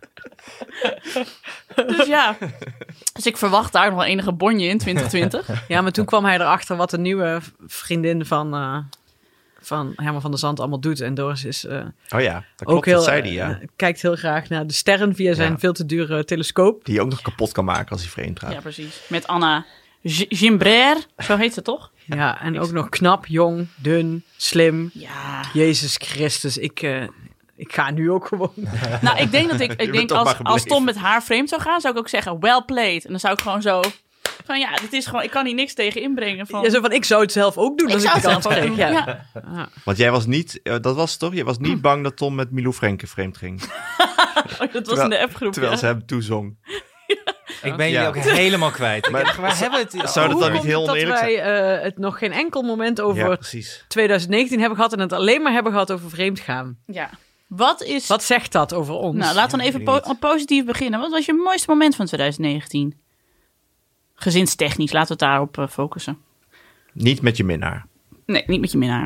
Dus ja. Dus ik verwacht daar nog wel enige bonje in twintig twintig. Ja, maar toen kwam hij erachter wat de nieuwe vriendin van, uh, van Herman van der Zand allemaal doet. En Doris is uh, oh ja, dat klopt, ook heel, dat zei die, ja. uh, kijkt heel graag naar de sterren via zijn ja. veel te dure telescoop. Die je ook nog kapot kan maken als hij vreemd gaat. Ja, precies. Met Anna Gimbraire, zo heet ze toch? Ja, en ook nog knap, jong, dun, slim. Ja. Jezus Christus, ik, uh, ik ga nu ook gewoon. Nou, ik denk dat ik, ik denk als, als Tom met haar vreemd zou gaan, zou ik ook zeggen, well played. En dan zou ik gewoon zo, van ja, dit is gewoon, ik kan hier niks tegen inbrengen. Van... Ja, zo van, ik zou het zelf ook doen ik als zou ik de het kans zelf kreeg. ook doen, Ja. ja. Ja. Want jij was niet, dat was toch, je was niet bang dat Tom met Milou Frenke vreemd ging. Oh, dat was terwijl, in de appgroep, Terwijl ja. ze hem toezong. Ik ben jullie ja. ook helemaal kwijt. Maar, dacht, waar hebben we het? Zou dat Hoe dan niet heel komt het oneerlijk dat zijn? wij uh, het nog geen enkel moment over ja, precies. twintig negentien hebben gehad en het alleen maar hebben gehad over vreemdgaan? Ja. Wat is... Wat zegt dat over ons? Nou, laten we dan even po- positief beginnen. Wat was je mooiste moment van twintig negentien? Gezinstechnisch, laten we het daarop uh, focussen. Niet met je minnaar. Nee, niet met je minnaar.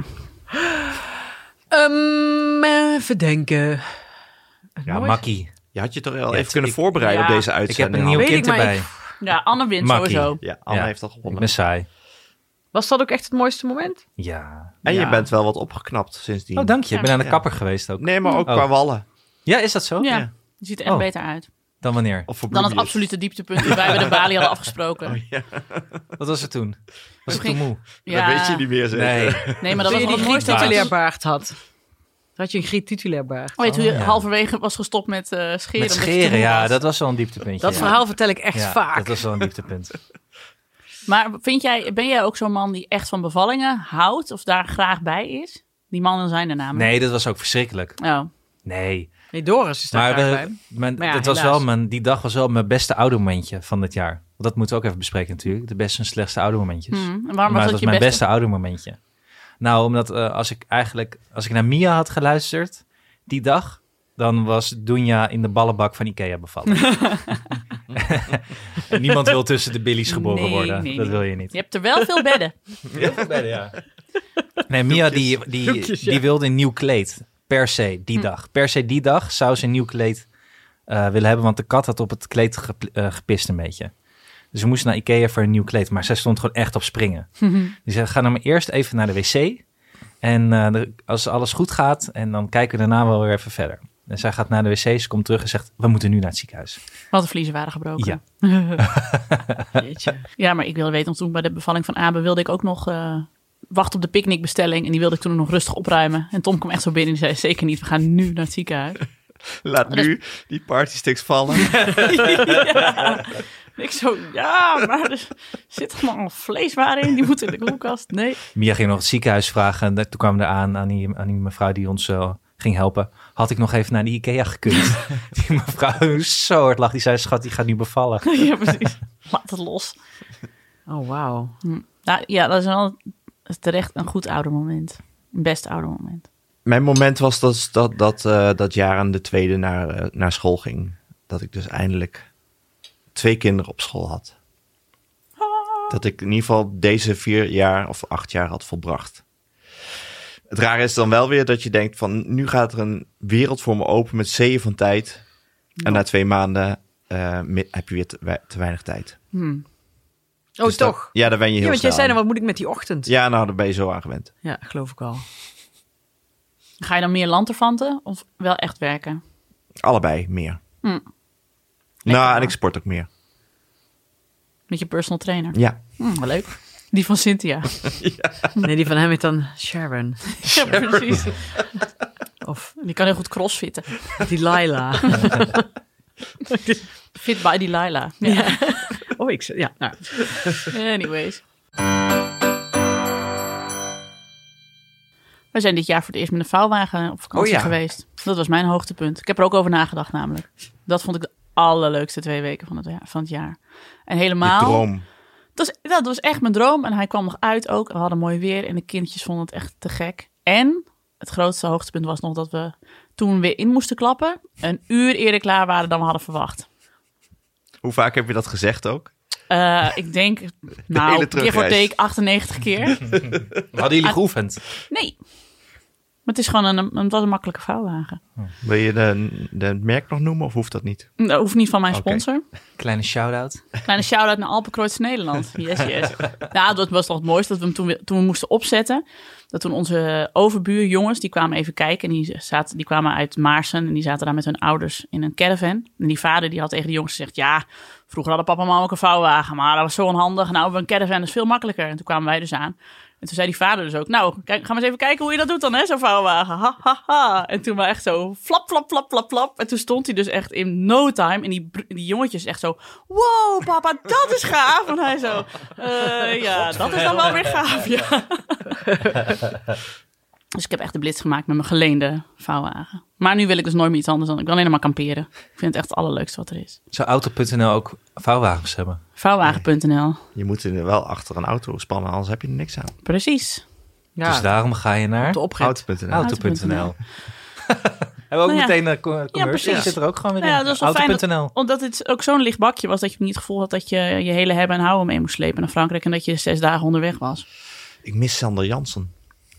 Um, even denken. Ja, makkie. Je had je toch wel ja, even kunnen ik, voorbereiden ja, op deze uitzending. Ik heb een nieuw kind ik, erbij. Ik, ja, Anne wint Makkie. sowieso. Ja, Anne ja, heeft al gewonnen. Ik ben saai. Was dat ook echt het mooiste moment? Ja. En Ja. je bent wel wat opgeknapt sindsdien. Oh, dank je. Ik ben aan de Ja. kapper geweest ook. Nee, maar ook Oh. qua wallen. Ja, is dat zo? Ja, Ja. je ziet er echt Oh. beter uit. Dan wanneer? Of voor Dan het bloemetjes. absolute dieptepunt die wij bij de balie hadden afgesproken. Wat was het toen? Was ik ging- toen moe? Ja. Dat weet je niet meer zeker. Nee. Nee, maar dat Toen was je wel die het mooiste. Griet Dat titulair je, baard had. Had je een Griet titulair baard. oh, ja, toen je Oh, ja. halverwege was gestopt met eh, scheren. Met omdat je te scheren, moe ja, was. dat was wel een dieptepuntje. Dat ja. verhaal vertel ik echt Ja, vaak. dat was wel een dieptepunt. Maar vind jij, ben jij ook zo'n man die echt van bevallingen houdt of daar graag bij is? Die mannen zijn er namelijk. Nee, dat was ook verschrikkelijk. Oh. Nee. Nee, Doris is daar Maar, graag we, bij. mijn, Maar ja, dat was helaas. wel mijn, die dag was wel mijn beste oudermomentje van het jaar. Want dat moeten we ook even bespreken natuurlijk. De beste en slechtste oudermomentjes. Hmm. En waarom Maar was het dat je mijn beste? beste oudermomentje. Nou, omdat uh, als ik eigenlijk als ik naar Mia had geluisterd die dag, dan was Dunja in de ballenbak van Ikea bevallen. En niemand wil tussen de billies geboren Nee, worden. nee, dat nee. wil je niet. Je hebt er wel veel bedden. Heel veel bedden, ja. Nee, Mia die, die, Doekjes, ja. die wilde een nieuw kleed. Per se, die dag. Per se die dag zou ze een nieuw kleed uh, willen hebben, want de kat had op het kleed gep- uh, gepist een beetje. Dus we moesten naar Ikea voor een nieuw kleed, maar zij stond gewoon echt op springen. Dus ze gaan dan maar eerst even naar de wc. En uh, de, als alles goed gaat, en dan kijken we daarna wel weer even verder. En zij gaat naar de wc, ze komt terug en zegt, we moeten nu naar het ziekenhuis. Want de vliezen waren gebroken. Ja. Jeetje. Ja, maar ik wilde weten, want toen bij de bevalling van Abe wilde ik ook nog uh, wachten op de picknickbestelling. En die wilde ik toen nog rustig opruimen. En Tom kwam echt zo binnen en die zei, zeker niet, we gaan nu naar het ziekenhuis. Laat nu die partysticks vallen. Ja. Ik zo, ja, maar er zit allemaal al vleeswaren in, die moet in de koelkast. Nee. Mia ging nog het ziekenhuis vragen. En toen kwamen we er aan, aan die, aan die mevrouw die ons uh, ging helpen. Had ik nog even naar de Ikea gekund. Die mevrouw zo hard lag. Die zei, schat, die gaat nu bevallen. Ja, precies. Laat het los. Oh, wauw. Hm. Nou, ja, dat is wel terecht een goed oudermoment. Een best oudermoment. Mijn moment was dat dat, dat, uh, dat jaar aan de tweede naar, uh, naar school ging. Dat ik dus eindelijk twee kinderen op school had. Dat ik in ieder geval deze vier jaar of acht jaar had volbracht. Het rare is dan wel weer dat je denkt van, nu gaat er een wereld voor me open met zeeën van tijd. Ja. En na twee maanden uh, heb je weer te, te weinig tijd. Hmm. Oh, dus toch? Dat, ja, daar ben je heel ja, want jij snel zei dan, aan. wat moet ik met die ochtend? Ja, nou, daar ben je zo aan gewend. Ja, geloof ik wel. Ga je dan meer lanterfanten of wel echt werken? Allebei meer. Hm. Nou, en ik sport ook meer. Met je personal trainer? Ja. Hm, wel leuk. Die van Cynthia. Ja. Nee, die van hem heet dan Sharon. Ja, precies. Of die kan heel goed crossfitten. Delilah. Fit by Delilah. Ja. Ja. Oh, ik ja. Nou. Anyways. We zijn dit jaar voor het eerst met een vouwwagen op vakantie oh, ja. geweest. Dat was mijn hoogtepunt. Ik heb er ook over nagedacht namelijk. Dat vond ik de allerleukste twee weken van het, van het jaar. En helemaal... Je droom. Dat was, dat was echt mijn droom. En hij kwam nog uit ook. We hadden mooi weer en de kindertjes vonden het echt te gek. En het grootste hoogtepunt was nog dat we toen we weer in moesten klappen, een uur eerder klaar waren dan we hadden verwacht. Hoe vaak heb je dat gezegd ook? Uh, ik denk, nou, keer voor take achtennegentig keer. Hadden jullie geoefend? Nee. Maar het is gewoon een, het was een makkelijke vouwwagen. Wil je de, de merk nog noemen of hoeft dat niet? Dat hoeft niet van mijn Okay. sponsor. Kleine shout-out. Kleine shout-out naar Alpenkreuz Nederland. Yes, yes. Nou, dat was toch het mooiste dat we hem toen, we, toen we moesten opzetten. Dat toen onze overbuurjongens, die kwamen even kijken. En die, zaten, die kwamen uit Maarsen en die zaten daar met hun ouders in een caravan. En die vader die had tegen de jongens gezegd, ja, vroeger hadden papa en mama ook een vouwwagen. Maar dat was zo onhandig. Nou, we een caravan, dat is veel makkelijker. En toen kwamen wij dus aan. En toen zei die vader dus ook, nou, kijk, gaan we eens even kijken hoe je dat doet dan, hè, zo'n vouwwagen. Ha, ha, ha. En toen was echt zo flap, flap, flap, flap, flap. En toen stond hij dus echt in no time. En die, die jongetjes echt zo, wow, papa, dat is gaaf. En hij zo, uh, ja, dat is dan wel weer gaaf, ja. Dus ik heb echt de blitz gemaakt met mijn geleende vouwwagen. Maar nu wil ik dus nooit meer iets anders dan, ik wil alleen maar kamperen. Ik vind het echt het allerleukste wat er is. Zou auto punt n l ook vouwwagens hebben? Vouwwagen punt n l. Je moet er wel achter een auto spannen, anders heb je er niks aan. Precies. Ja, dus daarom ga je naar de oprit. auto punt n l. auto punt n l. Hebben we ook Nou ja. meteen een co- commercial? precies. Zit er ook gewoon weer in. Nou ja, dat is wel fijn auto punt n l. Omdat het ook zo'n licht bakje was dat je niet het gevoel had dat je je hele hebben en houden mee moest slepen naar Frankrijk en dat je zes dagen onderweg was. Ik mis Sander Jansen.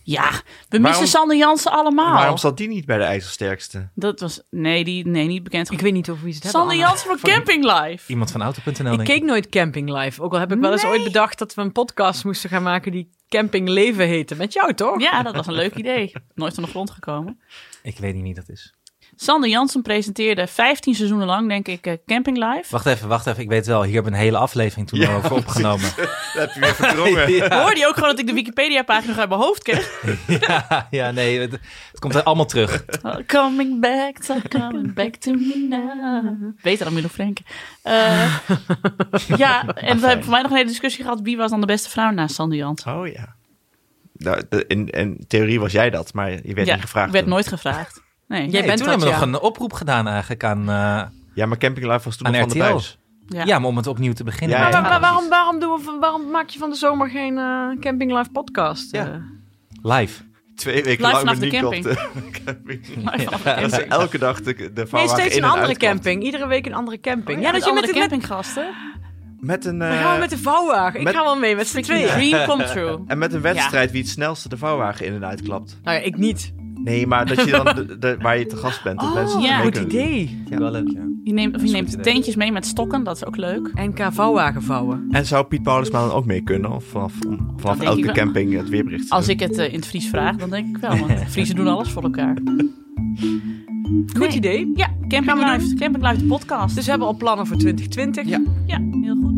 Ja, we missen Sander Jansen allemaal. Waarom zat die niet bij de IJzersterkste? Dat was, nee, die, nee, niet bekend. Ik weet niet over wie ze het hebben. Sander Jansen van Camping Live. Iemand van Auto punt n l. Ik keek nooit Camping Live. Ook al heb ik wel eens Nee. ooit bedacht dat we een podcast moesten gaan maken die Camping Leven heette. Met jou, toch? Ja, dat was een leuk idee. Nooit van de grond gekomen. Ik weet niet wie dat is. Sander Jansen presenteerde vijftien seizoenen lang, denk ik, uh, Camping Live. Wacht even, wacht even. Ik weet wel, hier hebben we een hele aflevering toen Ja, over opgenomen. Dat heb je weer verdrongen. Ja. Hoorde je ook gewoon dat ik de Wikipedia-pagina nog uit mijn hoofd ken? ja, ja, nee, het, het komt er allemaal terug. Oh, coming back, so coming back to me now. Beter dan Milo Frank. Uh, ja, en we hebben voor mij nog een hele discussie gehad. Wie was dan de beste vrouw naast Sander Jansen? Oh ja. Nou, de, in, in theorie was jij dat, maar je werd ja, niet gevraagd. ik werd toen. nooit gevraagd. Nee. Jij Nee, bent toen dat, hebben we ja. nog een oproep gedaan eigenlijk aan, uh, Ja, maar Camping Live was toen aan nog van R T de L. buis. Ja. Ja, maar om het opnieuw te beginnen. Ja, Maar, ja. maar- maar waarom, waarom, doen we, van- waarom maak je van de zomer geen uh, Camping Live podcast? Ja. Uh, Live. Twee weken Live lang vanaf met de Nico camping. op de camping. Maar vanaf de Dat ze camping. elke dag de, de nee, vouwwagen steeds in een en andere uitklapt. camping. Iedere week een andere camping. Ja, ja, dat dat je met, de de- met, campinggasten. Met een, we eh, gaan met de vouwwagen. Ik met- ga wel mee met z'n tweeën. Dream come true. en met een wedstrijd wie het snelste de vouwwagen in en uitklapt. Nou ja, ik niet. Nee, maar dat je dan de, de- waar je te gast bent. Dat mensen ja. mee goed kunnen. idee. Ja, wel leuk, ja. Je neemt, of je Dat is neemt een goed idee. tentjes mee met stokken, dat is ook leuk. N K vouwwagen vouwen. En zou Piet Paulusma dan ook mee kunnen? Of vanaf, om, vanaf denk ik elke wel. camping het weerbericht te Als doen? ik het uh, in het Fries vraag, dan denk ik wel. Want Friesen doen alles voor elkaar. Goed Nee. idee. Ja, Camping Gaan we Live, Camping Live de podcast. Dus we hebben al plannen voor twintig twintig. Ja. ja, heel goed.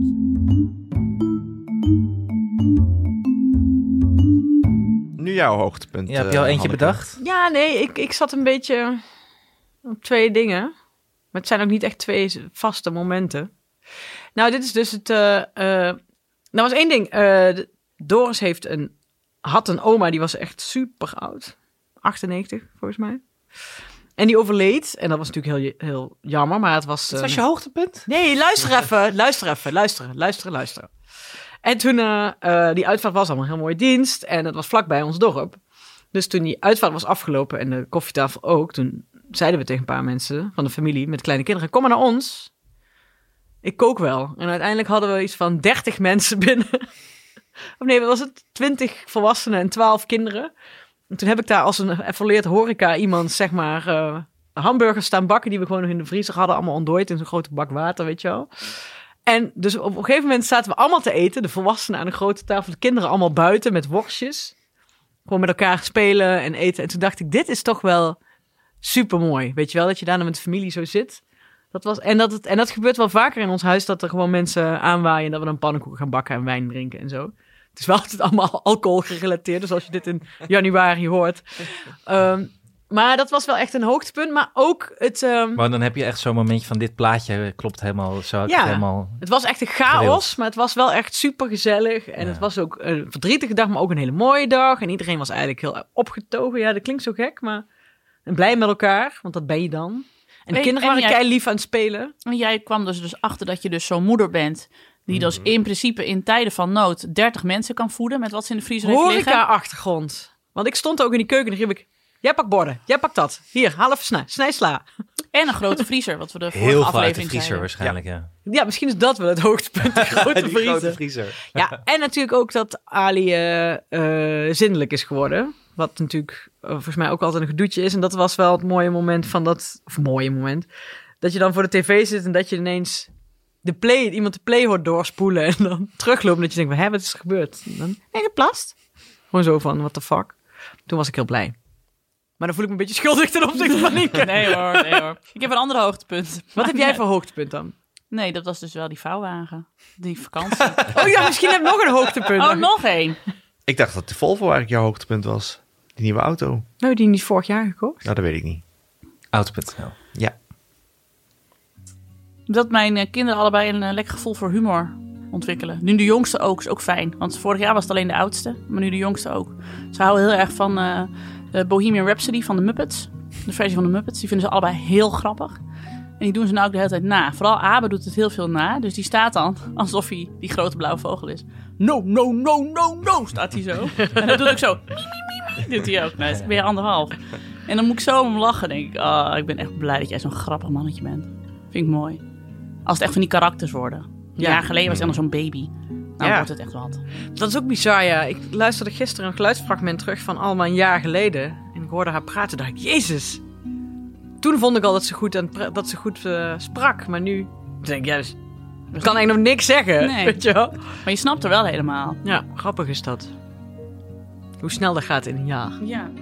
Nu jouw hoogtepunt. Ja, heb je eh, al eentje Hanneke. bedacht? Ja, nee, ik, ik zat een beetje op twee dingen. Maar het zijn ook niet echt twee vaste momenten. Nou, dit is dus het... eh eh, nou, was één ding. Eh, de- Doris heeft een, had een oma, die was echt super oud. achtennegentig, volgens mij. En die overleed. En dat was natuurlijk heel, heel jammer, maar het was... Dat eh, was je hoogtepunt? Nee, luister even, luister even, luisteren, luisteren, luisteren. En toen, eh, eh, die uitvaart was allemaal een heel mooie dienst en het was vlakbij ons dorp. Dus toen die uitvaart was afgelopen en de koffietafel ook, toen zeiden we tegen een paar mensen van de familie met kleine kinderen, kom maar naar ons. Ik kook wel. En uiteindelijk hadden we iets van dertig mensen binnen. Of nee, wat was het? twintig volwassenen en twaalf kinderen. En toen heb ik daar als een evolueerd horeca iemand, zeg maar, uh, hamburgers staan bakken die we gewoon nog in de vriezer hadden. Allemaal ontdooid in zo'n grote bak water, weet je wel. En dus op een gegeven moment zaten we allemaal te eten. De volwassenen aan een grote tafel, de kinderen allemaal buiten met worstjes. Gewoon met elkaar spelen en eten. En toen dacht ik, dit is toch wel super mooi. Weet je wel, dat je daarna met de familie zo zit. Dat was, en, dat het, en dat gebeurt wel vaker in ons huis, dat er gewoon mensen aanwaaien en dat we dan pannenkoeken gaan bakken en wijn drinken en zo. Het is wel altijd allemaal alcohol gerelateerd, dus als je dit in januari hoort. Um, maar dat was wel echt een hoogtepunt, maar ook het... Um, Maar dan heb je echt zo'n momentje van dit plaatje klopt helemaal, zo Ja. helemaal... Het was echt een chaos, Gewild. maar het was wel echt super gezellig. En Ja. het was ook een verdrietige dag, maar ook een hele mooie dag. En iedereen was eigenlijk heel opgetogen. Ja, dat klinkt zo gek, maar en blij met elkaar, want dat ben je dan. En de Weet- kinderen en waren jij- kei lief aan het spelen. En jij kwam dus, dus achter dat je dus zo'n moeder bent, die dus in principe in tijden van nood dertig mensen kan voeden met wat ze in de vriezer heeft liggen. Horeca-achtergrond. Want ik stond ook in die keuken en dan riep ik, jij pakt borden, jij pakt dat. Hier, haal even snij, snij sla. En een grote vriezer, wat we de vorige Heel veel uit de aflevering vriezer zeiden. waarschijnlijk, ja. Ja, misschien is dat wel het hoogtepunt, de grote Die vriezer. grote vriezer. Ja, en natuurlijk ook dat Ali eh, eh, zindelijk is geworden. Wat natuurlijk eh, volgens mij ook altijd een gedoetje is. En dat was wel het mooie moment van dat... Of mooie moment. Dat je dan voor de tv zit en dat je ineens de play, iemand de play hoort doorspoelen. En dan terugloopt en dat je denkt, hé, wat is er gebeurd? En dan, nee, geplast. Gewoon zo van, what the fuck. Toen was ik heel blij. Maar dan voel ik me een beetje schuldig ten opzichte van Nienke. Nee hoor, nee hoor. Ik heb een andere hoogtepunt. Wat heb jij voor hoogtepunt dan? Nee, dat was dus wel die vouwwagen. Die vakantie. Oh ja, misschien heb ik nog een hoogtepunt. Oh, nog één. Ik dacht dat de Volvo eigenlijk jouw hoogtepunt was. Die nieuwe auto. Nou, die niet vorig jaar gekocht. Nou, dat weet ik niet. Auto punt n l. Ja. Dat mijn eh, kinderen allebei een eh, lekker gevoel voor humor ontwikkelen. Nu de jongste ook, is ook fijn. Want vorig jaar was het alleen de oudste, maar nu de jongste ook. Ze houden heel erg van uh, de Bohemian Rhapsody van de Muppets. De versie van de Muppets. Die vinden ze allebei heel grappig. En die doen ze nou ook de hele tijd na. Vooral Abe doet het heel veel na. Dus die staat dan alsof hij die grote blauwe vogel is. No, no, no, no, no, staat hij zo. En dat doet ook zo. Mie, mie, mie, doet hij ook. Nou, is weer anderhalf. En dan moet ik zo om hem lachen. denk ik, oh, ik ben echt blij dat jij zo'n grappig mannetje bent. Vind ik mooi. Als het echt van die karakters worden. Een Ja. jaar geleden was hij nog zo'n baby. Nou Ja. wordt het echt wat. Dat is ook bizar, ja. Ik luisterde gisteren een geluidsfragment terug van allemaal een jaar geleden. En ik hoorde haar praten, dacht ik, jezus. Toen vond ik al dat ze goed, aan het pra- dat ze goed uh, sprak. Maar nu denk ik, ja, dus, ik kan eigenlijk nog niks zeggen. Nee. Weet je wel? Maar je snapt er wel helemaal. Ja, grappig is dat. Hoe snel dat gaat in een jaar. Ja.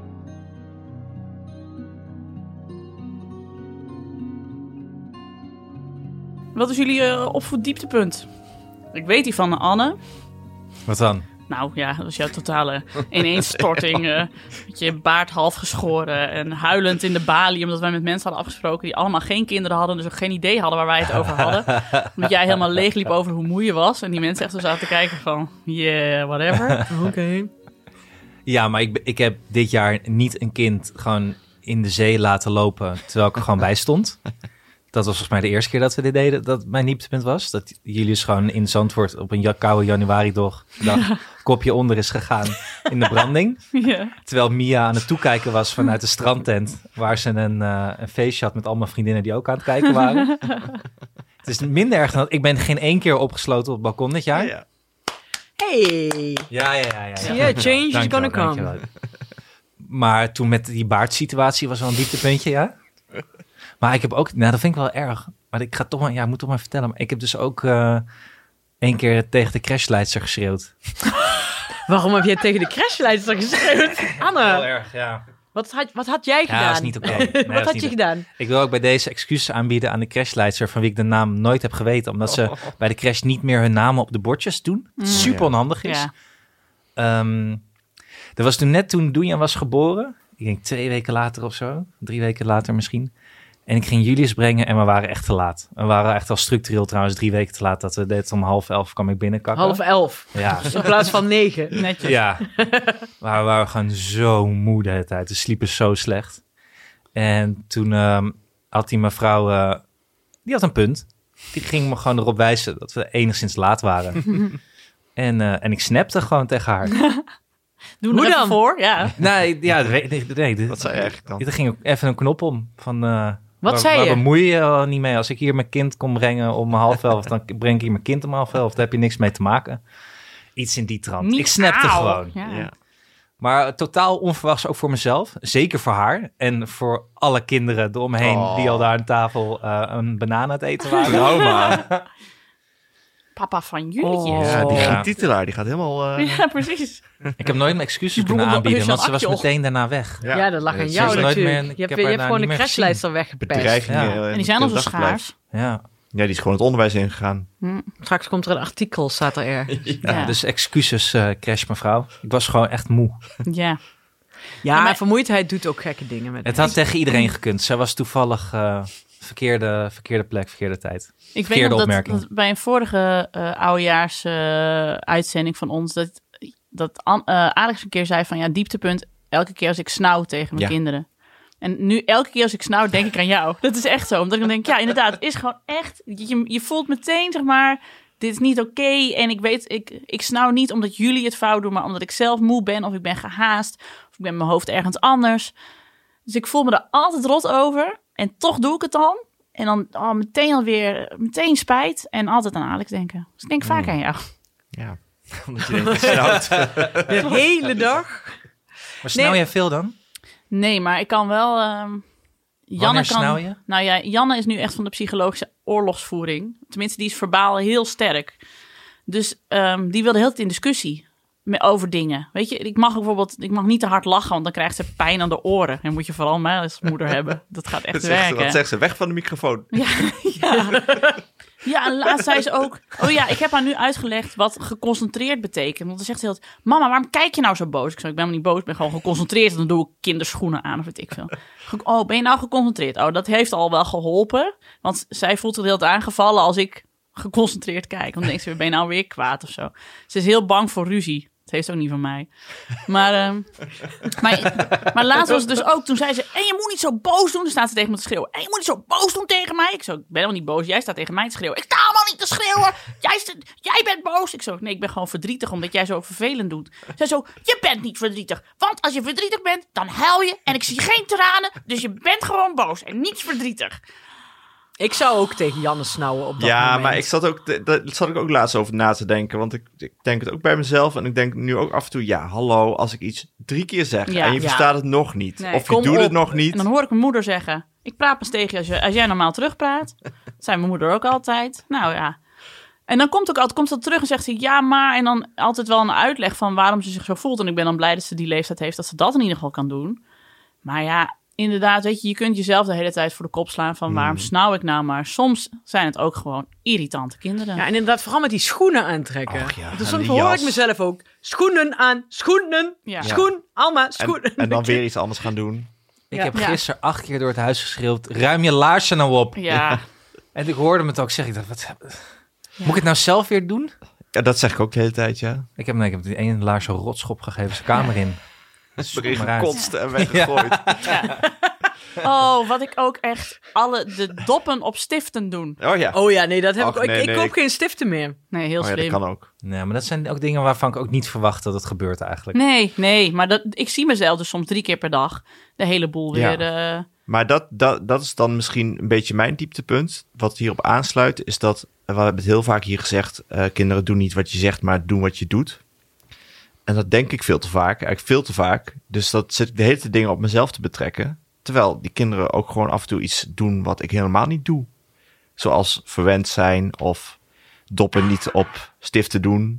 Wat is jullie uh, opvoeddieptepunt? Ik weet die van Anne. Wat dan? Nou ja, dat was jouw totale ineenstorting. uh, met je baard half geschoren en huilend in de balie. Omdat wij met mensen hadden afgesproken die allemaal geen kinderen hadden. Dus ook geen idee hadden waar wij het over hadden. Omdat jij helemaal leeg liep over hoe moe je was. En die mensen echt zo zaten te kijken van, yeah, whatever. Oké. Okay. Ja, maar ik, ik heb dit jaar niet een kind gewoon in de zee laten lopen terwijl ik er gewoon bij stond. Dat was volgens mij de eerste keer dat we dit deden, dat mijn dieptepunt was. Dat Julius gewoon in Zandvoort op een ja- koude januari dag kopje onder is gegaan in de branding. Ja. Terwijl Mia aan het toekijken was vanuit de strandtent, waar ze een, uh, een feestje had met allemaal vriendinnen die ook aan het kijken waren. Het is minder erg dan dat. Ik ben geen één keer opgesloten op het balkon dit jaar. Ja, ja. Hey. Ja, ja, ja. ja, Zie je, change is gonna come. Maar toen met die baardsituatie was wel een dieptepuntje, ja. Maar ik heb ook, nou dat vind ik wel erg. Maar ik ga toch maar, ja, ik moet toch maar vertellen. Maar ik heb dus ook uh, één keer tegen de crashleidster geschreeuwd. Waarom heb jij tegen de crashleidster geschreeuwd? Anne, Heel erg, ja. wat had, wat had jij gedaan? Ja, dat is niet oké. Okay. Nee, wat had je gedaan? Ik wil ook bij deze excuses aanbieden aan de crashleidster, van wie ik de naam nooit heb geweten. Omdat ze oh. bij de crash niet meer hun namen op de bordjes doen. Mm. Super onhandig is. Ja. Um, er was toen net toen Doenjan was geboren. Ik denk twee weken later of zo. Drie weken later misschien. En ik ging Julius brengen en we waren echt te laat. We waren echt al structureel trouwens drie weken te laat. Dat we dit om half elf kwam ik binnenkakken. Half elf? Ja. In plaats van negen. Netjes. Ja. Maar we waren gewoon zo moe de hele tijd. We sliepen zo slecht. En toen um, had die mevrouw... Uh, die had een punt. Die ging me gewoon erop wijzen dat we enigszins laat waren. en, uh, en ik snapte gewoon tegen haar. Doe Hoe dan? Voor? Ja. Nee, ja, nee, nee, nee, wat zei je eigenlijk dan? Er ging even een knop om van... Uh, Wat waar, zei waar je? Waar bemoei je uh, niet mee? Als ik hier mijn kind kom brengen om half elf, dan breng ik hier mijn kind om half elf. Daar heb je niks mee te maken. Iets in die trant. Niet ik snapte auw. gewoon. Ja. Ja. Maar uh, totaal onverwachts ook voor mezelf. Zeker voor haar. En voor alle kinderen eromheen oh. die al daar aan tafel uh, een banaan aan het eten waren. Nou maar. Papa van jullie. Oh. Ja, die ja. titelaar, die gaat helemaal... Uh... Ja, precies. Ik heb nooit mijn excuses kunnen aanbieden, want ze was meteen daarna weg. Ja, ja dat lag aan jou natuurlijk. Meer, je hebt, je hebt gewoon de crashlijster weggepest. Ja. Ja. En die zijn al zo schaars. Ja. Ja, die is gewoon het onderwijs ingegaan. Hm. Straks komt er een artikel, staat er er. Ja, ja. Dus excuses, uh, crash mevrouw. Ik was gewoon echt moe. Ja. Ja, maar vermoeidheid doet ook gekke dingen met Het had mij. Tegen iedereen gekund. Zij was toevallig uh, verkeerde, verkeerde plek, verkeerde tijd. Ik verkeerde weet nog opmerking. Dat, dat bij een vorige uh, oudejaars uh, uitzending van ons... dat, dat uh, Alex een keer zei van... ja, dieptepunt, elke keer als ik snauw tegen mijn ja. kinderen. En nu, elke keer als ik snauw, denk ik aan jou. Dat is echt zo. Omdat ik dan denk, ja, inderdaad, het is gewoon echt... Je, je voelt meteen, zeg maar... dit is niet oké. Okay. En ik weet, ik, ik snauw niet omdat jullie het fout doen... maar omdat ik zelf moe ben of ik ben gehaast... of ik ben mijn hoofd ergens anders. Dus ik voel me er altijd rot over... en toch doe ik het dan... En dan oh, meteen alweer, meteen spijt. En altijd aan Alex denken. Dus ik denk vaak mm. aan jou. Ja, omdat je denkt, snauwt. De hele dag. Maar snauw nee. jij veel dan? Nee, maar ik kan wel... Um, Janne kan, snauw je? Nou ja, Janne is nu echt van de psychologische oorlogsvoering. Tenminste, die is verbaal heel sterk. Dus um, die wilde heel tijd in discussie met, over dingen. Weet je, ik mag bijvoorbeeld ik mag niet te hard lachen, want dan krijgt ze pijn aan de oren. En moet je vooral mij als moeder hebben. Dat gaat echt dat werken. Ze, wat zegt ze? Weg van de microfoon. Ja, ja. Ja, en laatst zei ze ook... Oh ja, ik heb haar nu uitgelegd wat geconcentreerd betekent. Want dan zegt ze heel... Mama, waarom kijk je nou zo boos? Ik zei, ik ben maar niet boos, ik ben gewoon geconcentreerd. En dan doe ik kinderschoenen aan of weet ik veel. Oh, ben je nou geconcentreerd? Oh, dat heeft al wel geholpen. Want zij voelt zich heel aangevallen als ik geconcentreerd kijk. Dan denkt ze, ben je nou weer kwaad of zo? Ze is heel bang voor ruzie. Het heeft ook niet van mij. Maar, um, maar, maar laatst was het dus ook, toen zei ze... En je moet niet zo boos doen. Dan staat ze tegen me te schreeuwen. En je moet niet zo boos doen tegen mij. Ik zo, ik ben helemaal niet boos. Jij staat tegen mij te schreeuwen. Ik sta helemaal niet te schreeuwen. Jij, st- jij bent boos. Ik zo, nee, ik ben gewoon verdrietig omdat jij zo vervelend doet. Zij zo, je bent niet verdrietig. Want als je verdrietig bent, dan huil je. En ik zie geen tranen. Dus je bent gewoon boos en niet verdrietig. Ik zou ook tegen Janne snauwen op dat ja, moment. maar ik zat ook, daar zat ik ook laatst over na te denken. Want ik, ik denk het ook bij mezelf. En ik denk nu ook af en toe, ja, hallo, als ik iets drie keer zeg Ja. en je Ja. verstaat het nog niet. Nee, of je kom doet op. het nog niet. En dan hoor ik mijn moeder zeggen... Ik praat pas tegen je als, je als jij normaal terugpraat. Dat zei mijn moeder ook altijd. Nou ja. En dan komt ook altijd komt ze terug en zegt ze... Ja, maar... En dan altijd wel een uitleg van waarom ze zich zo voelt. En ik ben dan blij dat ze die leeftijd heeft... dat ze dat in ieder geval kan doen. Maar ja, inderdaad, weet je... Je kunt jezelf de hele tijd voor de kop slaan... van waarom snauw ik nou maar. Soms zijn het ook gewoon irritante kinderen. Ja, en inderdaad, vooral met die schoenen aantrekken. Och ja, dus en soms die hoor jas. ik mezelf ook. Schoenen aan, schoenen, Ja. schoen, Alma, En, schoen. en dan weer iets anders gaan doen. Ik Ja. heb Ja. gisteren acht keer door het huis geschreeuwd... ruim je laarzen nou op. Ja. En ik hoorde me het ook zeggen. Ik dacht, wat, moet ik het nou zelf weer doen? Ja, dat zeg ik ook de hele tijd, ja. Ik heb, nee, ik heb die ene laars een rotschop gegeven, zijn kamer in. Zoek Erin maar uit. gekotst en weggegooid. Oh, wat ik ook echt... alle de doppen op stiften doen. Oh ja. Oh ja, nee, dat heb Och, ik ook. nee, ik nee, koop ik- geen stiften meer. Nee, heel Oh ja, dat slim. kan ook. Nee, maar dat zijn ook dingen waarvan ik ook niet verwacht dat het gebeurt eigenlijk. Nee, nee, maar dat, ik zie mezelf dus soms drie keer per dag de hele boel Ja. weer... eh, Maar dat, dat, dat is dan misschien een beetje mijn dieptepunt. Wat hierop aansluit is dat... We hebben het heel vaak hier gezegd... eh, kinderen doen niet wat je zegt, maar doen wat je doet. En dat denk ik veel te vaak. Eigenlijk veel te vaak. Dus dat zit ik de hele tijd dingen op mezelf te betrekken. Terwijl die kinderen ook gewoon af en toe iets doen... wat ik helemaal niet doe. Zoals verwend zijn of doppen niet op stiften doen.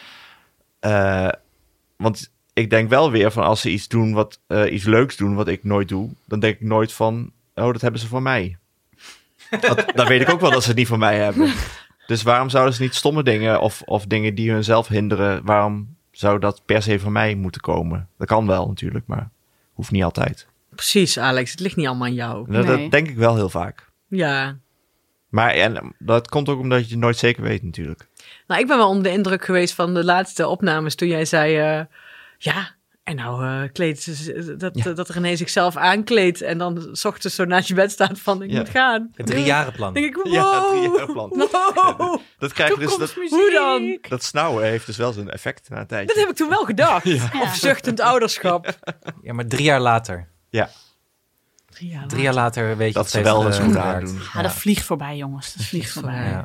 Eh, want ik denk wel weer van als ze iets doen... Wat, eh, iets leuks doen wat ik nooit doe... dan denk ik nooit van... oh, dat hebben ze van mij. Want dan weet ik ook wel dat ze het niet van mij hebben. Dus waarom zouden ze niet stomme dingen... of, of dingen die hunzelf hinderen... waarom zou dat per se van mij moeten komen? Dat kan wel natuurlijk, maar hoeft niet altijd. Precies, Alex. Het ligt niet allemaal aan jou. Dat, Nee. dat denk ik wel heel vaak. Ja. Maar en, dat komt ook omdat je het nooit zeker weet natuurlijk. Nou, ik ben wel onder de indruk geweest van de laatste opnames toen jij zei... eh, ja, en nou eh kleed ze- dat, Ja. dat René zichzelf aankleedt... en dan 's ochtends zo naast je bed staat van ik Ja. moet gaan. Het driejarenplan. Dan denk ik, wow. Ja, driejarenplan. Wow. Dat krijg je dus... Dat, Hoe dan? dat snauwen heeft dus wel zijn effect na een tijdje. Dat heb ik toen wel gedacht. Ja. Of zuchtend ouderschap. Ja, maar drie jaar later. Ja, Drie jaar Drie jaar later weet je dat of ze het wel heeft, eens eh, goed gewerkt. aandoen. Ah, dat vliegt voorbij, jongens. Dat vliegt voorbij. Ja.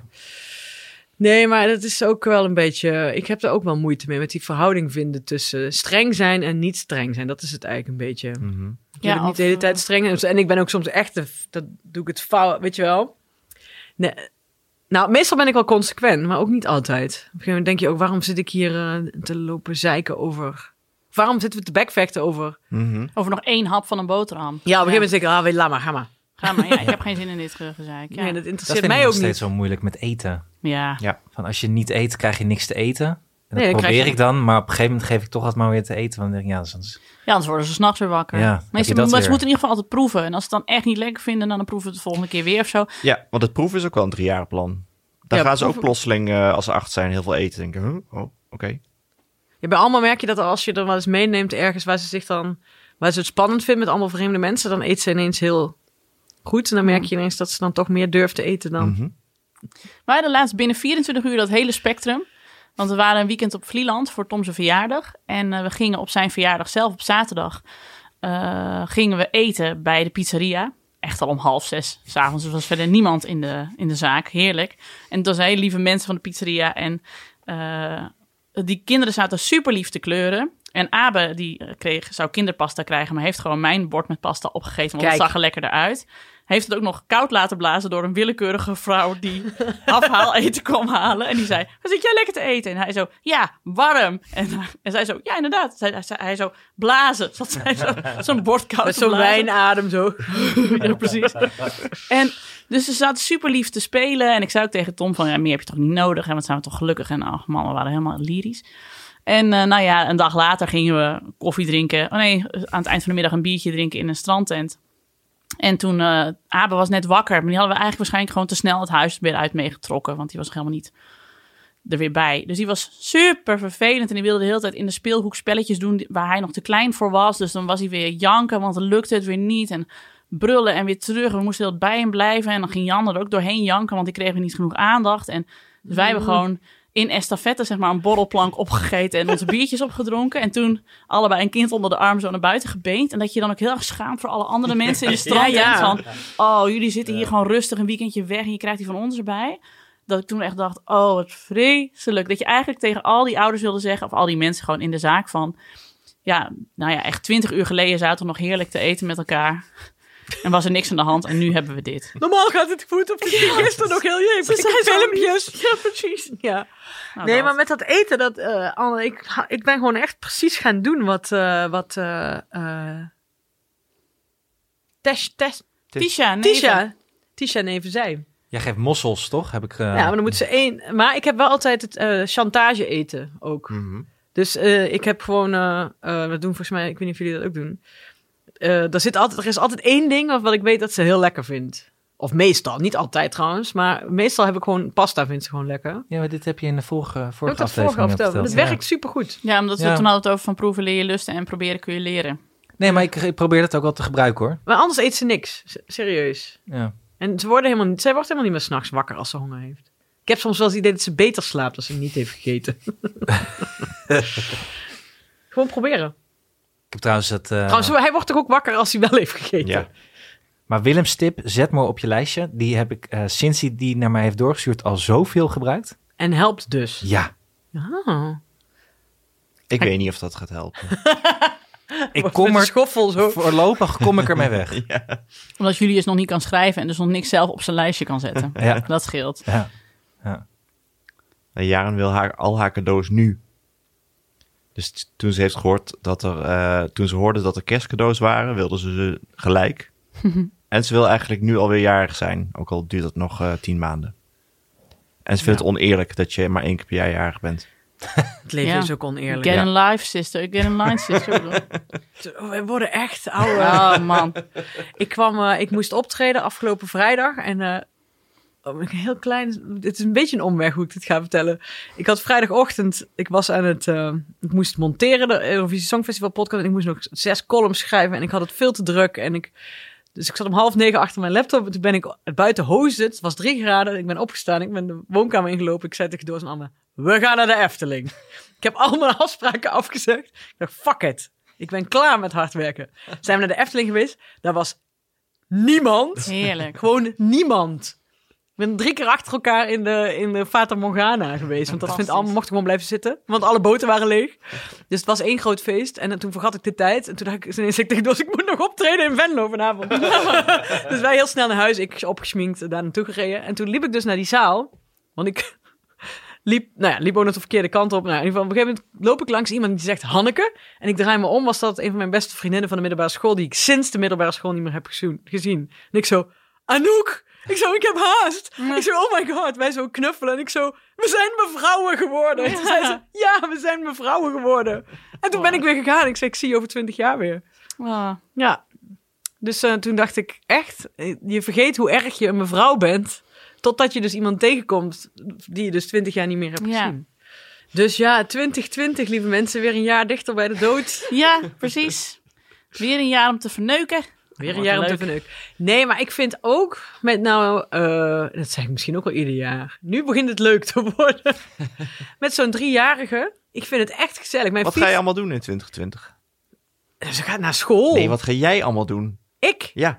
Nee, maar dat is ook wel een beetje... Ik heb er ook wel moeite mee met die verhouding vinden tussen streng zijn en niet streng zijn. Dat is het eigenlijk een beetje. Mhm. Ik Ja, ben niet of, de hele eh, tijd streng. En ik ben ook soms echt... de- Dat doe ik het fout, weet je wel. Nee. Nou, meestal ben ik wel consequent, maar ook niet altijd. Op een gegeven moment denk je ook... Waarom zit ik hier eh, te lopen zeiken over... Waarom zitten we te backvechten over... Mhm. Over nog één hap van een boterham. Ja, op een gegeven moment denk ik... Ah, weet, laat maar, ga maar. Ga maar, ja, ik heb geen zin in dit ge- gezeik. Ja. Nee, dat Dat interesseert vind ik mij nog ook steeds niet. zo moeilijk met eten. ja. Van als je niet eet, krijg je niks te eten. En dat Nee, dan probeer krijg je- ik dan, maar op een gegeven moment geef ik toch altijd maar weer te eten. Want dan denk ik, ja, dat is- Ja, anders worden ze s'nachts weer wakker. Ja, maar heb ze, je dat maar ze weer. moeten in ieder geval altijd proeven. En als ze het dan echt niet lekker vinden, dan proeven we het de volgende keer weer of zo. Ja, want het proeven is ook wel een driejarenplan. Daar Ja, gaan ze ook proeven- plotseling, eh, als ze acht zijn, heel veel eten. Denken, huh? oh, oké. Ja, bij allemaal merk je dat als je er wel eens meeneemt ergens waar ze zich dan... Waar ze het spannend vinden met allemaal vreemde mensen... dan eet ze ineens heel goed. En dan merk je ineens dat ze dan toch meer durft te eten dan... Mhm. We hadden laatst binnen vierentwintig uur dat hele spectrum. Want we waren een weekend op Vlieland voor Tom zijn verjaardag. En eh, we gingen op zijn verjaardag zelf op zaterdag... eh, gingen we eten bij de pizzeria. Echt al om half zes 's avonds. Er was verder niemand in de, in de zaak. Heerlijk. En het was hele lieve mensen van de pizzeria. En eh, die kinderen zaten super lief te kleuren. En Abe die eh, kreeg, zou kinderpasta krijgen, maar heeft gewoon mijn bord met pasta opgegeten. Want Kijk. het zag er lekkerder uit. Hij heeft het ook nog koud laten blazen door een willekeurige vrouw die afhaaleten kwam halen. En die zei, wat zit jij lekker te eten? En hij zo, ja, warm. En, en zij zo, ja inderdaad. Zij, hij, hij zo, blazen. Zat zij zo, zo'n bord koud Met te zo'n blazen. wijnadem zo. Ja, precies. En dus ze zaten super lief te spelen. En ik zei ook tegen Tom van, ja, meer heb je toch niet nodig. En wat zijn we toch gelukkig. En ach man, we waren helemaal lyrisch. En uh, nou ja, een dag later gingen we koffie drinken. Oh nee, aan het eind van de middag een biertje drinken in een strandtent. En toen, uh, Abe was net wakker. Maar die hadden we eigenlijk waarschijnlijk gewoon te snel het huis weer uit meegetrokken. Want die was helemaal niet er weer bij. Dus die was super vervelend. En die wilde de hele tijd in de speelhoek spelletjes doen waar hij nog te klein voor was. Dus dan was hij weer janken, want dan lukte het weer niet. En brullen en weer terug. We moesten heel bij hem blijven. En dan ging Jan er ook doorheen janken, want die kreeg weer niet genoeg aandacht. En dus wij hebben gewoon in estafette zeg maar een borrelplank opgegeten en onze biertjes opgedronken. En toen allebei een kind onder de arm zo naar buiten gebeend. En dat je dan ook heel erg schaamt voor alle andere mensen in de strand. Ja, ja. Van, oh, jullie zitten hier gewoon rustig een weekendje weg en je krijgt die van ons erbij. Dat ik toen echt dacht, oh, wat vreselijk. Dat je eigenlijk tegen al die ouders wilde zeggen, of al die mensen gewoon in de zaak van, ja, nou ja, echt twintig uur geleden zaten we nog heerlijk te eten met elkaar. En was er niks aan de hand en nu hebben we dit. Normaal gaat het goed op de ja, gisteren nog heel je. Ze zijn filmpjes. Ja, precies. Ja. Nou, nee, dat. maar met dat eten, dat, uh, Anne, ik, ik ben gewoon echt precies gaan doen wat, uh, wat uh, uh, Tesh, Tesh, Tisha, nee, Tisha, Tisha neven zei. Jij geeft mossels, toch? Heb ik. Uh... Ja, maar dan moet ze één. Maar ik heb wel altijd het uh, chantage eten ook. Mm-hmm. Dus uh, ik heb gewoon, uh, uh, dat doen volgens mij, ik weet niet of jullie dat ook doen. Uh, er, zit altijd, er is altijd één ding wat ik weet dat ze heel lekker vindt. Of meestal, niet altijd trouwens, maar meestal heb ik gewoon pasta, vindt ze gewoon lekker. Ja, maar dit heb je in de vorige, vorige ik heb dat aflevering vorige verteld. verteld. Dat Ja. werkt supergoed. Ja, omdat we Ja. toen hadden het over van proeven leer je lusten en proberen kun je leren. Nee, maar ik, ik probeer het ook wel te gebruiken, hoor. Maar anders eet ze niks, S- serieus. Ja. En ze worden helemaal niet, zij wordt helemaal niet meer 's nachts wakker als ze honger heeft. Ik heb soms wel het idee dat ze beter slaapt als ze niet heeft gegeten. Gewoon proberen. Ik heb trouwens het... Uh... Trouwens, hij wordt toch ook wakker als hij wel heeft gegeten? Ja. Maar Willem Stip, zet maar op je lijstje. Die heb ik uh, sinds hij die naar mij heeft doorgestuurd al zoveel gebruikt. En helpt dus. Ja. Ah. Ik weet niet of dat gaat helpen. Ik Met kom een er... schoffel zo. Voorlopig kom ik ermee weg. Ja. Omdat Julius nog niet kan schrijven en dus nog niks zelf op zijn lijstje kan zetten. Ja. Dat scheelt. Ja. En Jaren wil haar, al haar cadeaus nu. Dus t- toen ze heeft gehoord dat er, uh, toen ze hoorde dat er kerstcadeaus waren, wilde ze ze gelijk. En ze wil eigenlijk nu alweer jarig zijn, ook al duurt het nog uh, tien maanden. En ze vindt Ja. het oneerlijk dat je maar één keer per jaar jarig bent. Het leven Ja. is ook oneerlijk. Get Ja. in life, sister. Get in line, sister. Oh, we worden echt oude. Oh, man. Ik kwam, uh, ik moest optreden afgelopen vrijdag en uh, oh, een heel klein. Het is een beetje een omweg hoe ik dit ga vertellen. Ik had vrijdagochtend, ik was aan het, uh, ik moest monteren de Eurovisie Songfestival podcast en ik moest nog zes columns schrijven en ik had het veel te druk en ik. Dus ik zat om half negen achter mijn laptop en toen ben ik buiten hoosde. Het was drie graden. Ik ben opgestaan. Ik ben de woonkamer ingelopen. Ik zei tegen Doos en Anne, we gaan naar de Efteling. Ik heb al mijn afspraken afgezegd. Ik dacht, fuck it. Ik ben klaar met hard werken. Zijn we naar de Efteling geweest. Daar was niemand. Heerlijk. Gewoon niemand. Ik ben drie keer achter elkaar in de, in de Fata Morgana geweest. Want dat vindt allemaal, mochten gewoon blijven zitten. Want alle boten waren leeg. Dus het was één groot feest. En toen vergat ik de tijd. En toen dacht ik ineens tegen Doos, ik moet nog optreden in Venlo vanavond. Dus wij heel snel naar huis. Ik opgesminkt, daar naartoe gereden. En toen liep ik dus naar die zaal. Want ik liep, nou ja, liep ook nog de verkeerde kant op. Nou, in ieder geval, op een gegeven moment loop ik langs iemand die zegt Hanneke. En ik draai me om. Was dat een van mijn beste vriendinnen van de middelbare school. Die ik sinds de middelbare school niet meer heb gezoen- gezien. En ik zo, Anouk! Ik zo, ik heb haast. Ik zo, oh my god. Wij zo knuffelen. En ik zo, we zijn mevrouwen geworden. En toen zei ze, ja, we zijn mevrouwen geworden. En toen ben ik weer gegaan. Ik zei, ik zie je over twintig jaar weer. Oh. Ja. Dus uh, toen dacht ik, echt, je vergeet hoe erg je een mevrouw bent. Totdat je dus iemand tegenkomt die je dus twintig jaar niet meer hebt Ja. gezien. Dus ja, twintig twintig, lieve mensen, weer een jaar dichter bij de dood. Ja, precies. Weer een jaar om te verneuken. Weer een Wat jaar om te leuk. verneuken. Nee, maar ik vind ook met nou, uh, dat zeg ik misschien ook wel ieder jaar. Nu begint het leuk te worden. Met zo'n driejarige. Ik vind het echt gezellig. Mijn Wat fiets- ga je allemaal doen in twintig twintig? Ze gaat naar school. Nee, wat ga jij allemaal doen? Ik? Ja,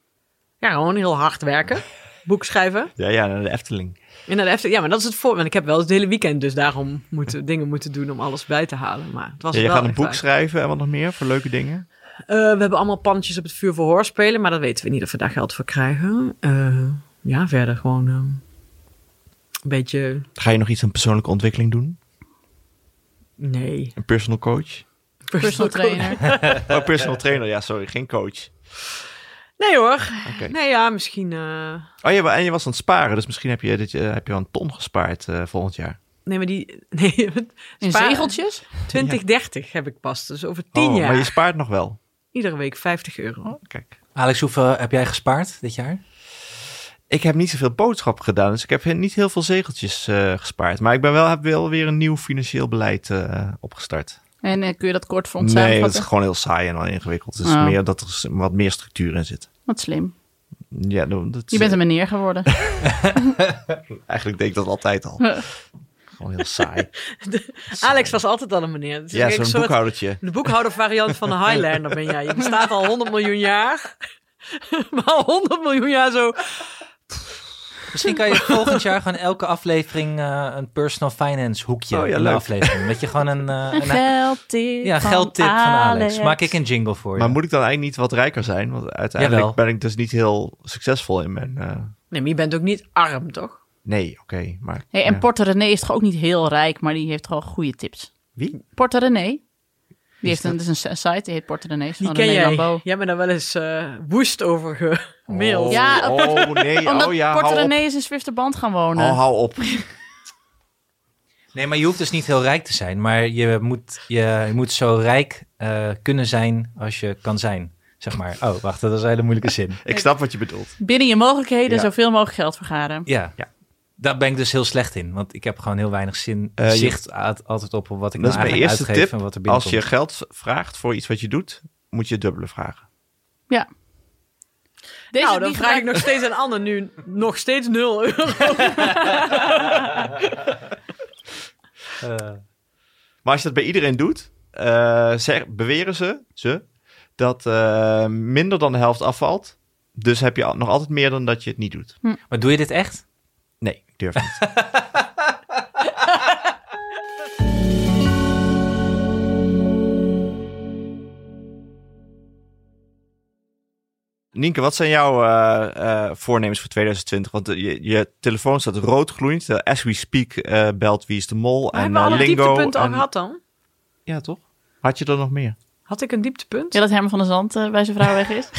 Ja, gewoon heel hard werken. Boek schrijven. ja, ja naar de Efteling. En naar de Efteling. Ja, maar dat is het voor. Want ik heb wel het hele weekend dus daarom moeten, dingen moeten doen om alles bij te halen. Maar het was Ja, je wel gaat een echt boek waar. schrijven en wat nog meer voor leuke dingen? Uh, we hebben allemaal pannetjes op het vuur voor hoorspelen, maar dat weten we niet of we daar geld voor krijgen. Uh, ja, verder gewoon uh, een beetje... Ga je nog iets aan persoonlijke ontwikkeling doen? Nee. Een personal coach? Personal trainer. Oh, personal trainer. Ja, sorry, geen coach. Nee hoor. Oké. Nee, ja, misschien... Uh... Oh, ja, en je was aan het sparen, dus misschien heb je, dit, uh, heb je wel een ton gespaard uh, volgend jaar. Nee, maar die... Nee, In spaar- zegeltjes? twintig dertig heb ik pas, dus over tien Oh, jaar. maar je spaart nog wel. Iedere week vijftig euro. Oh, kijk. Alex, hoeveel heb jij gespaard dit jaar? Ik heb niet zoveel boodschappen gedaan, dus ik heb niet heel veel zegeltjes uh, gespaard. Maar ik ben wel, heb wel weer een nieuw financieel beleid uh, opgestart. En uh, kun je dat kort voor ons Nee, dat samenvatten? is gewoon heel saai en al ingewikkeld. Het is Oh. meer dat er wat meer structuur in zit. Wat slim. Ja, dat, Je bent een meneer geworden. Eigenlijk deed ik dat altijd al. Gewoon heel saai. De, Alex was altijd al een meneer. Het is Ja, een zo'n soort- boekhoudertje. De boekhoudervariant van de Highlander ben jij. Je bestaat al honderd miljoen jaar. Maar al honderd miljoen jaar zo... Misschien kan je volgend jaar gewoon elke aflevering uh, een personal finance hoekje Oh ja, in de leuk. aflevering. Dat je gewoon een, uh, Een een geldtip ja, van geldtip van Alex. Alex. Maak ik een jingle voor je. Maar moet ik dan eigenlijk niet wat rijker zijn? Want uiteindelijk Jawel. ben ik dus niet heel succesvol in mijn... uh, Nee, maar je bent ook niet arm, toch? Nee, oké, okay, maar... Hey, en ja. Porter René is toch ook niet heel rijk, maar die heeft toch wel goede tips. Wie? Porter René. Die heeft dat? een, dus een site, die heet Porter René's Die van ken René jij. Lambeau. Jij bent daar wel eens uh, woest over gemaild. Oh, Ja, oh nee, Omdat oh ja, Porter hou op. René is in Zwifterband gaan wonen. Oh, hou op. Nee, maar je hoeft dus niet heel rijk te zijn. Maar je moet, je, je moet zo rijk uh, kunnen zijn als je kan zijn. Zeg maar. Oh, wacht, dat is een hele moeilijke zin. Ik snap wat je bedoelt. Binnen je mogelijkheden Ja. zoveel mogelijk geld vergaren. Ja. Ja. Daar ben ik dus heel slecht in. Want ik heb gewoon heel weinig zin, Uh, je- zicht a- altijd op wat ik Dat nou is mijn eigenlijk eerste uitgeef tip. en wat er Als binnenkomt. je geld vraagt voor iets wat je doet, moet je het dubbele vragen. Ja. Deze Nou, dan die vraag ik gebruik- nog steeds aan Anne nu nog steeds nul euro. Uh, Maar als je dat bij iedereen doet, uh, zeg, beweren ze, ze dat uh, minder dan de helft afvalt. Dus heb je al- nog altijd meer dan dat je het niet doet. maar doe je dit echt? Nee, ik durf niet. Nienke, wat zijn jouw uh, uh, voornemens voor twintig twintig? Want uh, je, je telefoon staat rood gloeiend. Uh, as we speak uh, belt Wie is de Mol Maar en hebben we uh, alle Lingo. dieptepunten al en... gehad dan? Ja, toch? Had je er nog meer? Had ik een dieptepunt? Ja, dat Herman van der Zand uh, bij zijn vrouw weg is.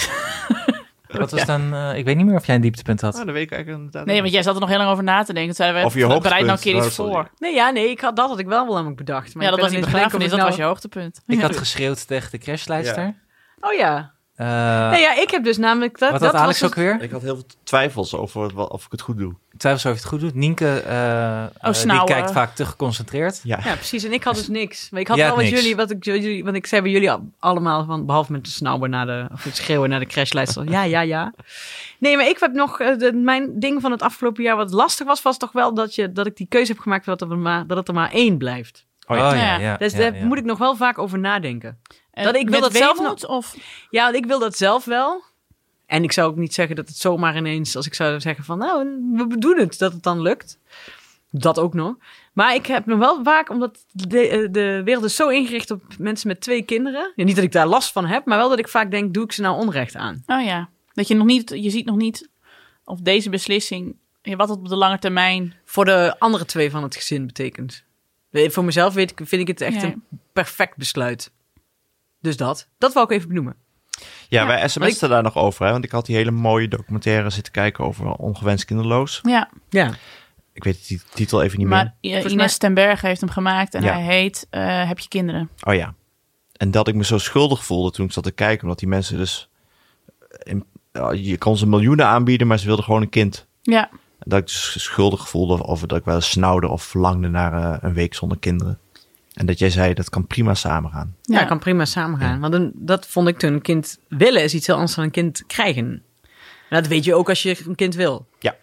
Wat was dan... Uh, ik weet niet meer of jij een dieptepunt had. Oh, dat weet ik eigenlijk inderdaad Nee, niet. want jij zat er nog heel lang over na te denken. Toen zeiden we, Of je bereid nou een keer hoogtepunt. iets Oh, sorry. voor. Nee, ja, nee, ik had, dat had ik wel wel namelijk bedacht. Maar Ja, ik dat ben was die ineens denken begrafenis, of dat ik was je hoogtepunt. Ik had geschreeuwd tegen de crashleidster. Ja. nou... Oh ja. Uh, Nee, ja, ik heb dus namelijk... Dat, wat dat had Alex was ook dus- weer? Ik had heel veel twijfels over wat, of ik het goed doe. Twijfels of je het goed doet. Nienke, uh, uh, die snauwen. kijkt vaak te geconcentreerd. Ja. Ja, precies. En ik had dus niks. Maar ik had Jij wel had met niks. jullie, wat ik jullie, want ik zei bij jullie al- allemaal van, behalve met de snauwen naar de, of het schreeuwen naar de crashlijst. Ja, ja, ja. Nee, maar ik heb nog, uh, de, mijn ding van het afgelopen jaar wat lastig was, was toch wel dat je, dat ik die keuze heb gemaakt dat, er maar, dat het er maar één blijft. Oh, Oh ja. ja, Ja. ja. Dus ja, daar ja. moet ik nog wel vaak over nadenken. En Dat ik wil met dat zelf weemoed, Of... Ja, want ik wil dat zelf wel. En ik zou ook niet zeggen dat het zomaar ineens, als ik zou zeggen van, nou, we doen het, dat het dan lukt. Dat ook nog. Maar ik heb nog wel vaak, omdat de, de wereld is zo ingericht op mensen met twee kinderen. Ja, niet dat ik daar last van heb, maar wel dat ik vaak denk, doe ik ze nou onrecht aan? Oh ja, dat je nog niet, je ziet nog niet of deze beslissing, ja, wat het op de lange termijn... Voor de andere twee van het gezin betekent. Eh, Voor mezelf weet ik, vind ik het echt Ja. een perfect besluit. Dus dat. Dat wou ik even benoemen. Ja, Ja, wij sms'ten maar daar nog over. Hè? Want ik had die hele mooie documentaire zitten kijken over ongewenst kinderloos. Ja, Ja. Ik weet die titel even niet maar meer. uh, Ines mij- ten Berge heeft hem gemaakt en Ja. hij heet uh, Heb je kinderen? Oh ja. En dat ik me zo schuldig voelde toen ik zat te kijken. Omdat die mensen dus... In, ja, je kon ze miljoenen aanbieden, maar ze wilden gewoon een kind. Ja, En dat ik dus schuldig voelde over dat ik wel eens snauwde of verlangde naar uh, een week zonder kinderen. En dat jij zei, dat kan prima samengaan. Ja, Ja. kan prima samen gaan. Ja. Want een, dat vond ik toen. Een kind willen is iets heel anders dan een kind krijgen. Nou, dat weet je ook als je een kind wil.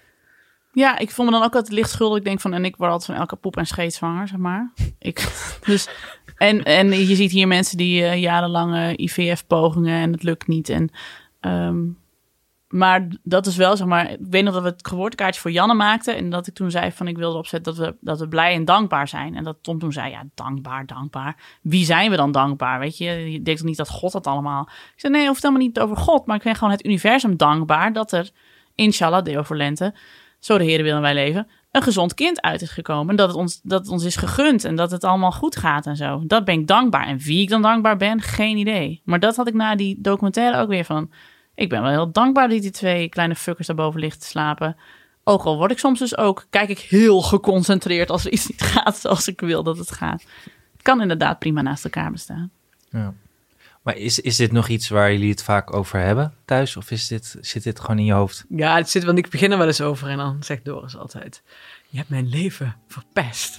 ja, ik vond me dan ook altijd licht schuldig. Ik denk van, en ik word altijd van elke poep en scheet zwanger, zeg maar. Ik, dus, en, en je ziet hier mensen die uh, jarenlange I V F-pogingen en het lukt niet. En, um, maar dat is wel, zeg maar, ik weet nog dat we het geboortekaartje voor Janne maakten. En dat ik toen zei van, ik wilde opzetten dat we, dat we blij en dankbaar zijn. En dat Tom toen zei, ja, dankbaar, dankbaar. Wie zijn we dan dankbaar, weet je? Je denkt toch niet dat God dat allemaal... Ik zei, nee, het hoeft helemaal niet over God. Maar ik ben gewoon het universum dankbaar dat er, inshallah, deo voor lente... zo de Heer wil en wij leven, een gezond kind uit is gekomen. En dat het, ons, dat het ons is gegund en dat het allemaal goed gaat en zo. Dat ben ik dankbaar. En wie ik dan dankbaar ben, geen idee. Maar dat had ik na die documentaire ook weer van... Ik ben wel heel dankbaar dat die twee kleine fuckers daarboven liggen te slapen. Ook al word ik soms dus ook... Kijk ik heel geconcentreerd als er iets niet gaat zoals ik wil dat het gaat. Het kan inderdaad prima naast elkaar bestaan. Ja. Maar is, is dit nog iets waar jullie het vaak over hebben thuis? Of is dit, zit dit gewoon in je hoofd? Ja, het zit, want ik begin er wel eens over en dan zegt Doris altijd... je hebt mijn leven verpest.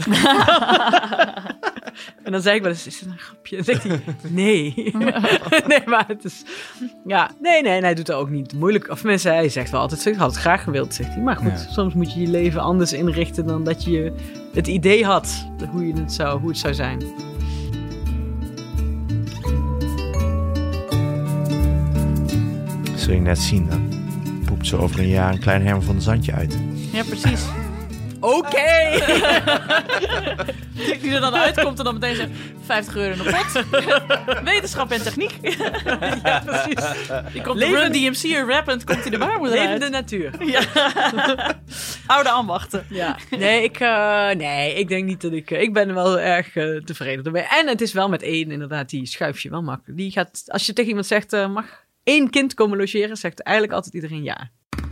En dan zei ik wel eens, is het een grapje? Dan zegt hij, nee. nee, maar het is... Ja, nee, nee, en hij doet het ook niet moeilijk. Of mensen, hij zegt wel altijd, ik had het graag gewild, zegt hij. Maar goed, ja. soms moet je je leven anders inrichten dan dat je het idee had hoe, je het, zou, hoe het zou zijn. Zul je net zien, dan poept ze over een jaar een klein Herman van de Zandje uit. Ja, precies. Oké! Okay. Die er dan uitkomt en dan meteen zegt, vijftig euro in de pot. Wetenschap en techniek. Ja, precies. Die komt Leven... Run D M C rappend, komt hij de baarmoeder uit. Levende natuur. Ja. Oude ambachten. Ja. Nee, ik, uh, nee, ik denk niet dat ik... Uh, ik ben wel erg uh, tevreden ermee. En het is wel met één, inderdaad, die schuif je wel makkelijk. Die gaat, als je tegen iemand zegt, uh, mag één kind komen logeren, zegt eigenlijk altijd iedereen ja.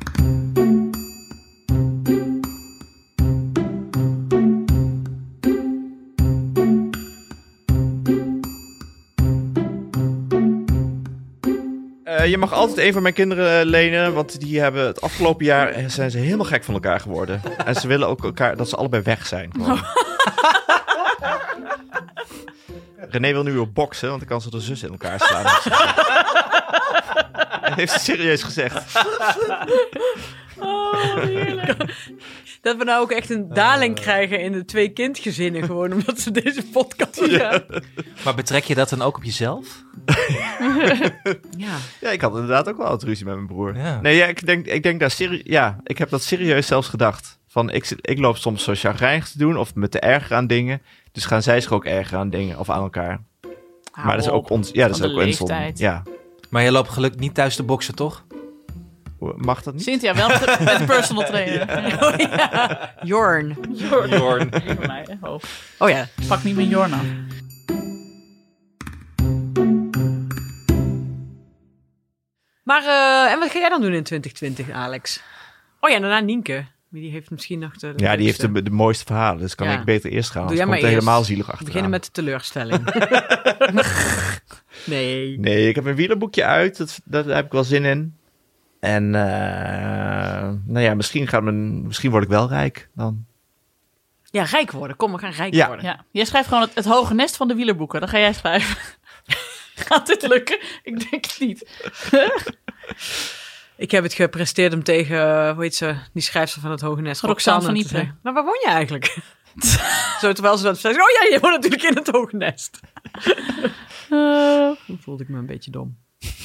Uh, je mag altijd een van mijn kinderen uh, lenen, want die hebben het afgelopen jaar zijn ze helemaal gek van elkaar geworden. En ze willen ook elkaar dat ze allebei weg zijn. René wil nu weer boksen, want dan kan ze de zus in elkaar slaan. Dat heeft ze serieus gezegd. Oh, heerlijk. Dat we nou ook echt een daling uh, krijgen in de twee kindgezinnen, gewoon omdat ze deze podcast gaan. Ja. Maar betrek je dat dan ook op jezelf? Ja. Ja, ik had inderdaad ook wel altijd ruzie met mijn broer. Ja. Nee, ja, ik denk, ik denk daar serieus. Ja, ik heb dat serieus zelfs gedacht. Van, ik, ik loop soms zo chagrijnig te doen of me te erger aan dingen. Dus gaan zij zich ook erger aan dingen of aan elkaar. Hou maar dat is ook ons. Ja, dat is ook ons. Ja. Maar je loopt gelukkig niet thuis te boksen, toch? Mag dat niet? Cynthia wel met, met de personal trainer. Ja. Oh, ja. Jorn. Jorn. Jorn. Oh. oh ja. Pak niet mijn Jorn af. Maar, uh, en wat ga jij dan doen in twintig twintig, Alex? Oh ja, daarna Nienke. Die heeft misschien nog de... de ja, die heeft de, de mooiste verhalen. Dus kan ja. ik beter eerst gaan. Doe jij maar komt helemaal eerst. Zielig achteraan. Beginnen met de teleurstelling. nee. Nee, ik heb een wielerboekje uit. Dat, dat, daar heb ik wel zin in. En, uh, nou ja, misschien, gaat men, misschien word ik wel rijk dan. Ja, rijk worden. Kom, we gaan rijk ja. worden. Ja. Jij schrijft gewoon het, het hoge nest van de wielerboeken. Dat ga jij schrijven. Gaat dit lukken? Ik denk het niet. Ik heb het gepresteerd om tegen, hoe heet ze, die schrijfster van het Hoge Nest. Roxanne van Ypres. Maar waar woon je eigenlijk? Zo, terwijl ze dat zegt. Oh ja, je woont natuurlijk in het Hoge Nest. uh, Dan voelde ik me een beetje dom.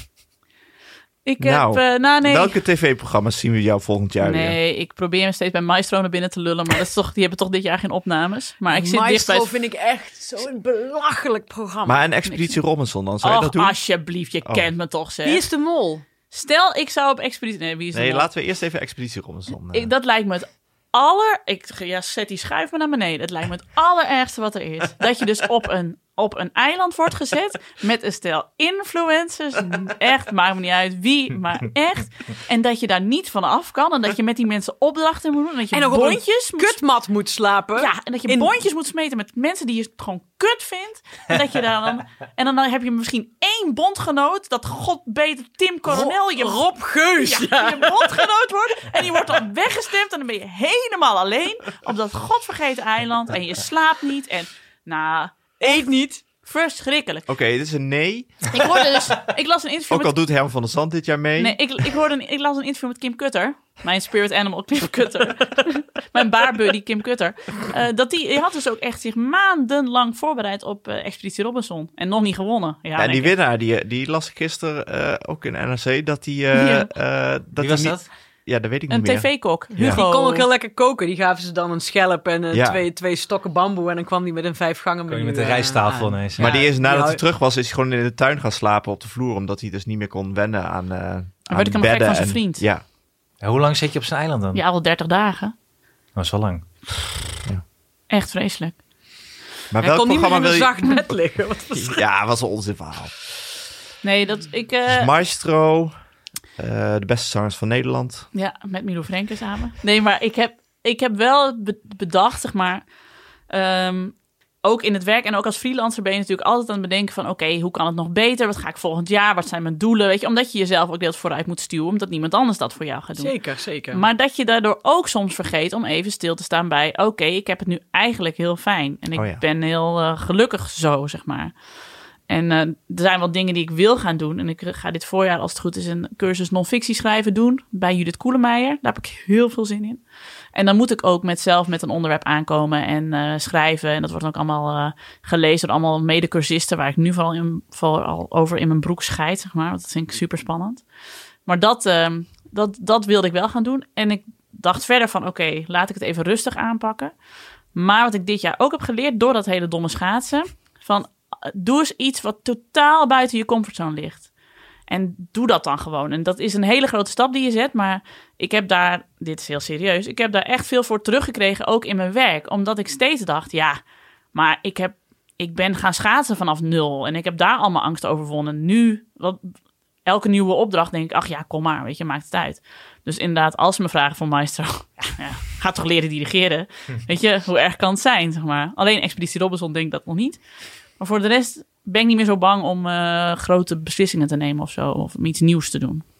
Ik nou, heb, uh, nou, nee. welke tv-programma's zien we jou volgend jaar nee, weer? Nee, ik probeer me steeds bij Maestro naar binnen te lullen. Maar dat is toch, die hebben toch dit jaar geen opnames. Maar ik zit Maestro dicht bij... vind ik echt zo'n belachelijk programma. Maar een Expeditie Robinson dan, zou je Och, dat doen? alsjeblieft, je oh. kent me toch, zeg. Wie is de mol? Stel, ik zou op Expeditie... Nee, wie is de nee mol? laten we eerst even Expeditie Robinson. Uh... Ik, dat lijkt me het aller... Ik ja, zet die schuif maar naar beneden. Het lijkt me het allerergste wat er is. Dat je dus op een... op een eiland wordt gezet met een stel influencers. Echt, maakt me niet uit wie, maar echt. En dat je daar niet van af kan. En dat je met die mensen opdrachten moet doen. En dat je en nog bondjes op een kutmat moet slapen. Ja, en dat je in... bondjes moet smeten met mensen die je gewoon kut vindt. En dat je daar dan... En dan heb je misschien één bondgenoot. Dat god beter Tim Coronel. Je Rob Geus. Ja, ja. Je bondgenoot wordt. En die wordt dan weggestemd. En dan ben je helemaal alleen. Op dat godvergeten eiland. En je slaapt niet. En nou... Eet niet. Verschrikkelijk. Oké, okay, dit is een nee. Ik hoorde dus... Ik las een interview Ook al met... doet Herman van der Zand dit jaar mee. Nee, ik, ik, hoorde een, ik las een interview met Kim Kutter. Mijn spirit animal Kim Kutter. Mijn baarbuddy Kim Kutter. Uh, dat die, die had dus ook echt zich maandenlang voorbereid op uh, Expeditie Robinson. En nog niet gewonnen. Ja, ja en die winnaar, die, die las ik gisteren uh, ook in N R C. Dat die... Uh, ja. uh, dat Wie was die dat? Niet... Ja, dat weet ik een niet meer. Een tv-kok. Ja. Hugo. Die kon ook heel lekker koken. Die gaven ze dan een schelp en uh, ja. twee, twee stokken bamboe. En dan kwam die met een vijf gangen menu. Met een rijsttafel uh, ineens. Ja. Maar die is, nadat ja. hij terug was, is hij gewoon in de tuin gaan slapen op de vloer. Omdat hij dus niet meer kon wennen aan, uh, aan werd ik hem gek van zijn en, vriend. Ja. Ja, hoe lang zit je op zijn eiland dan? Ja, al dertig dagen. Dat is wel lang. Ja. Echt vreselijk. Maar hij welk kon niet meer in wil een je... zacht bed liggen. Wat was ja, was een onzin verhaal. Nee, dat ik... Uh... Dus Maestro... Uh, de beste zangers van Nederland. Ja, met Milo Frenke samen. Nee, maar ik heb, ik heb wel be- bedacht, zeg maar... Um, ook in het werk en ook als freelancer ben je natuurlijk altijd aan het bedenken van... oké, okay, hoe kan het nog beter? Wat ga ik volgend jaar? Wat zijn mijn doelen? Weet je, omdat je jezelf ook deels vooruit moet stuwen... omdat niemand anders dat voor jou gaat doen. Zeker, zeker. Maar dat je daardoor ook soms vergeet om even stil te staan bij... oké, okay, ik heb het nu eigenlijk heel fijn. En ik oh ja. ben heel uh, gelukkig zo, zeg maar. En uh, er zijn wel dingen die ik wil gaan doen. En ik ga dit voorjaar, als het goed is, een cursus non-fictie schrijven doen... bij Judith Koelemeijer. Daar heb ik heel veel zin in. En dan moet ik ook met zelf met een onderwerp aankomen en uh, schrijven. En dat wordt ook allemaal uh, gelezen door allemaal medecursisten... waar ik nu vooral, in, vooral over in mijn broek scheid, zeg maar. Want dat vind ik super spannend. Maar dat, uh, dat, dat wilde ik wel gaan doen. En ik dacht verder van, oké, okay, laat ik het even rustig aanpakken. Maar wat ik dit jaar ook heb geleerd door dat hele domme schaatsen... van doe eens iets wat totaal buiten je comfortzone ligt. En doe dat dan gewoon. En dat is een hele grote stap die je zet. Maar ik heb daar, dit is heel serieus... ik heb daar echt veel voor teruggekregen, ook in mijn werk. Omdat ik steeds dacht, ja, maar ik, heb, ik ben gaan schaatsen vanaf nul. En ik heb daar allemaal angst overwonnen. Nu, wat, elke nieuwe opdracht denk ik, ach ja, kom maar, weet je, maakt het uit. Dus inderdaad, als ze me vragen van Maestro... ja, ja, ga toch leren dirigeren. Weet je, hoe erg kan het zijn, zeg maar. Alleen Expeditie Robinson denk ik dat nog niet. Maar voor de rest ben ik niet meer zo bang om uh, grote beslissingen te nemen of zo. Of om iets nieuws te doen.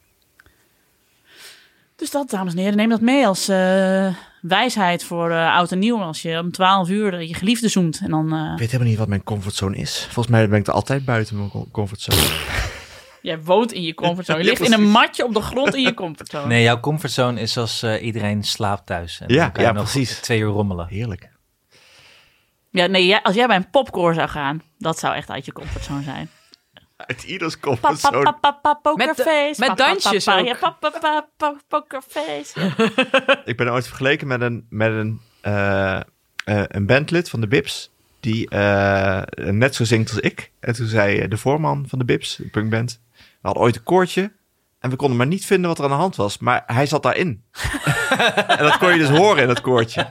Dus dat, dames en heren, neem dat mee als uh, wijsheid voor uh, oud en nieuw. Als je om twaalf uur je geliefde zoent. En dan, uh... Ik weet helemaal niet wat mijn comfortzone is. Volgens mij ben ik er altijd buiten mijn comfortzone. Jij woont in je comfortzone. Je ligt ja, in een matje op de grond in je comfortzone. Nee, jouw comfortzone is als uh, iedereen slaapt thuis. En ja, dan kan ja je nog precies. Twee uur rommelen. Heerlijk. Ja, nee, jij, als jij bij een popcore zou gaan, dat zou echt uit je comfortzone zijn. Uit ieders comfortzone. Pa, pa, pa, pa, pokerface. Met, met dansjes ook. Ja, pa, pa, pa, pa, pokerface. Ik ben ooit vergeleken met een, met een, uh, uh, een bandlid van de Bips... die uh, net zo zingt als ik. En toen zei de voorman van de Bips, de punkband... we hadden ooit een koortje... en we konden maar niet vinden wat er aan de hand was. Maar hij zat daarin. En dat kon je dus horen in het koortje.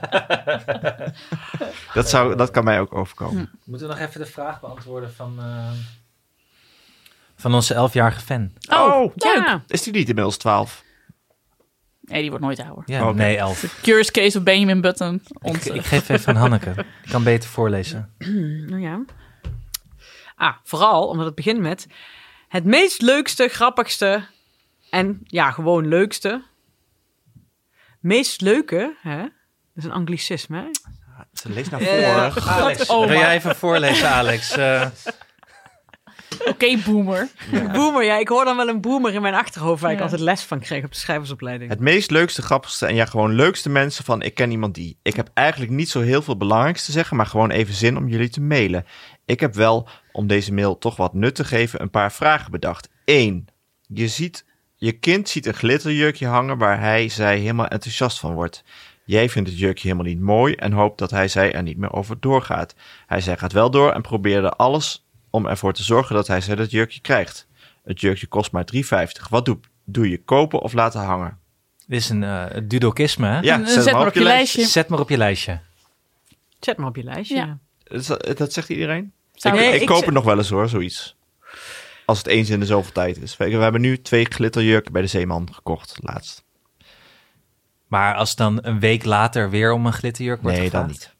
dat, zou, dat kan mij ook overkomen. Moeten we nog even de vraag beantwoorden van... Uh, van onze elfjarige fan. Oh, oh ja. Is die niet inmiddels twaalf? Nee, die wordt nooit ouder. Ja, okay. Nee, elf. The Curious Case of Benjamin Button. Ik, ik geef even aan Hanneke. Ik kan beter voorlezen. Nou ja. Ah, vooral omdat het begint met... het meest leukste, grappigste... en ja, gewoon leukste. Meest leuke, hè? Dat is een anglicisme, hè? Ze leest naar voren. Uh, Alex, oh, wil jij even voorlezen, Alex? Uh... Oké, okay, boomer. Ja. Boomer, ja. Ik hoor dan wel een boomer in mijn achterhoofd... waar ja. ik altijd les van kreeg op de schrijversopleiding. Het meest leukste, grappigste en ja, gewoon leukste mensen van... ik ken iemand die. Ik heb eigenlijk niet zo heel veel belangrijks te zeggen... maar gewoon even zin om jullie te mailen. Ik heb wel, om deze mail toch wat nut te geven... een paar vragen bedacht. Eén. Je ziet... Je kind ziet een glitterjurkje hangen waar hij, zij helemaal enthousiast van wordt. Jij vindt het jurkje helemaal niet mooi en hoopt dat hij, zij er niet meer over doorgaat. Hij, zij gaat wel door en probeerde alles om ervoor te zorgen dat hij, zij dat jurkje krijgt. Het jurkje kost maar drie vijftig. Wat doe, doe je, kopen of laten hangen? Dit is een uh, dudokisme, hè? Ja, zet, zet maar op, op je lijstje. lijstje. Zet maar op je lijstje. Zet maar op je lijstje, ja. ja. Dat, dat zegt iedereen? Zou ik nee, ik, ik ik koop zeg... het nog wel eens hoor, zoiets. Als het eens in de zoveel tijd is. We hebben nu twee glitterjurken bij de Zeeman gekocht, laatst. Maar als het dan een week later weer om een glitterjurk wordt Nee, gevraagd? dan niet.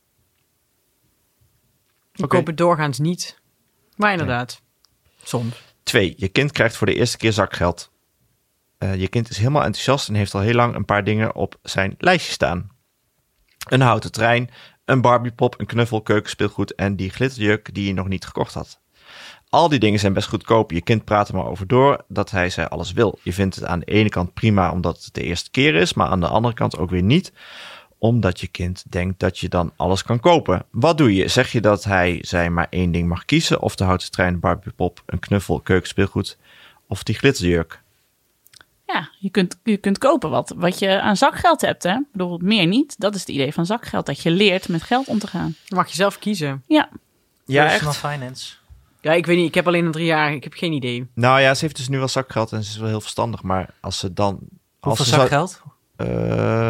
Ik okay. koop het doorgaans niet. Maar inderdaad, nee. Soms. Twee, je kind krijgt voor de eerste keer zakgeld. Uh, je kind is helemaal enthousiast en heeft al heel lang een paar dingen op zijn lijstje staan. Een houten trein, een Barbiepop, een knuffel, keukenspeelgoed en die glitterjurk die je nog niet gekocht had. Al die dingen zijn best goedkoop. Je kind praat er maar over door dat hij zij alles wil. Je vindt het aan de ene kant prima omdat het de eerste keer is, maar aan de andere kant ook weer niet. Omdat je kind denkt dat je dan alles kan kopen. Wat doe je? Zeg je dat hij zij maar één ding mag kiezen? Of de houten trein, de Barbiepop, een knuffel, keukenspeelgoed of die glitterjurk? Ja, je kunt, je kunt kopen wat, wat je aan zakgeld hebt. Hè? Ik bedoel, meer niet. Dat is het idee van zakgeld. Dat je leert met geld om te gaan. Dan mag je zelf kiezen. Ja. Ja, Personal echt? finance. Ja, ik weet niet. Ik heb alleen een drie jaar. Ik heb geen idee. Nou ja, ze heeft dus nu wel zakgeld en ze is wel heel verstandig. Maar als ze dan... Hoeveel als zakgeld? Zou, uh,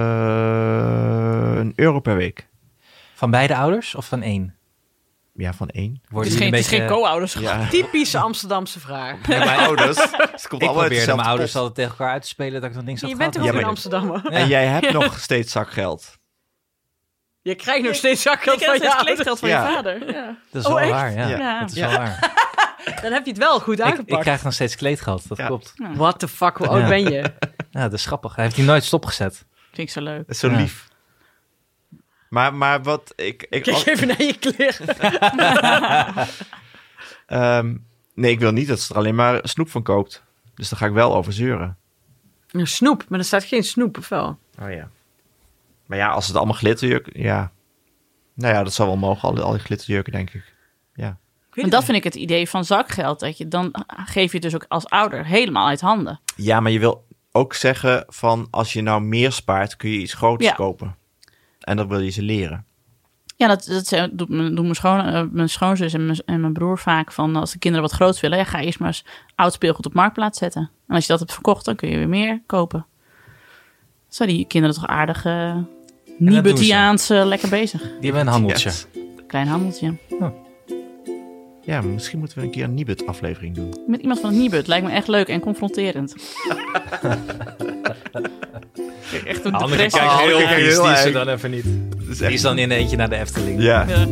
een euro per week. Van beide ouders of van één? Ja, van één. Het is geen, beetje... geen co-ouderschap. Ja. Typische Amsterdamse vraag. Ja, mijn ouders. Ze komt ik probeerde mijn pot. ouders altijd tegen elkaar uit te spelen dat ik nog niks had je gehad. bent toch ook ja, in Amsterdam? En jij hebt ja. nog steeds zakgeld. Je krijgt nog steeds zakgeld Je van krijgt je steeds kleedgeld van Ja. je vader. Ja. Dat is Oh, wel echt? waar, ja. Ja. Dat is Ja. wel waar. Dan heb je het wel goed Ik, aangepakt. ik krijg nog steeds kleedgeld, dat Ja. klopt. What the fuck, hoe oud Ja. ben je? Ja, dat is grappig. Hij heeft die nooit stopgezet. Vind ik zo leuk. Dat is zo Ja. lief. Maar, maar wat ik... ik Kijk even naar je kleren. Ehm, nee, ik wil niet dat ze er alleen maar snoep van koopt. Dus daar ga ik wel over zeuren. Een snoep, maar er staat geen snoep, of wel? Oh ja. Maar ja, als het allemaal glitterjurken... Ja. Nou ja, dat zou wel mogen, al, al die glitterjurken, denk ik. Ja. En dat vind ik het idee van zakgeld. Dat je dan geef je het dus ook als ouder helemaal uit handen. Ja, maar je wil ook zeggen van... als je nou meer spaart, kun je iets groters Ja. kopen. En dat wil je ze leren. Ja, dat, dat ze- doet, mijn- doen mijn, schoon, eh, mijn schoonzus en mijn, en mijn broer vaak. Van als de kinderen wat groots willen, ja, ga eerst maar eens oud speelgoed op marktplaats zetten. En als je dat hebt verkocht, dan kun je weer meer kopen. Zo, die kinderen toch aardig uh, Nibutiaans uh, lekker bezig. Die hebben een handeltje. Yes. Klein handeltje. Ja, misschien moeten we een keer een Nibud aflevering doen. Met iemand van het Nibud. Lijkt me echt leuk en confronterend. Kijk, echt een Anneke depressie. kijkt Oh, heel Anneke kijkt vies, heel die is er erg. dan even niet. Dat is Die is dan in eentje naar de Efteling. Ja. Ja.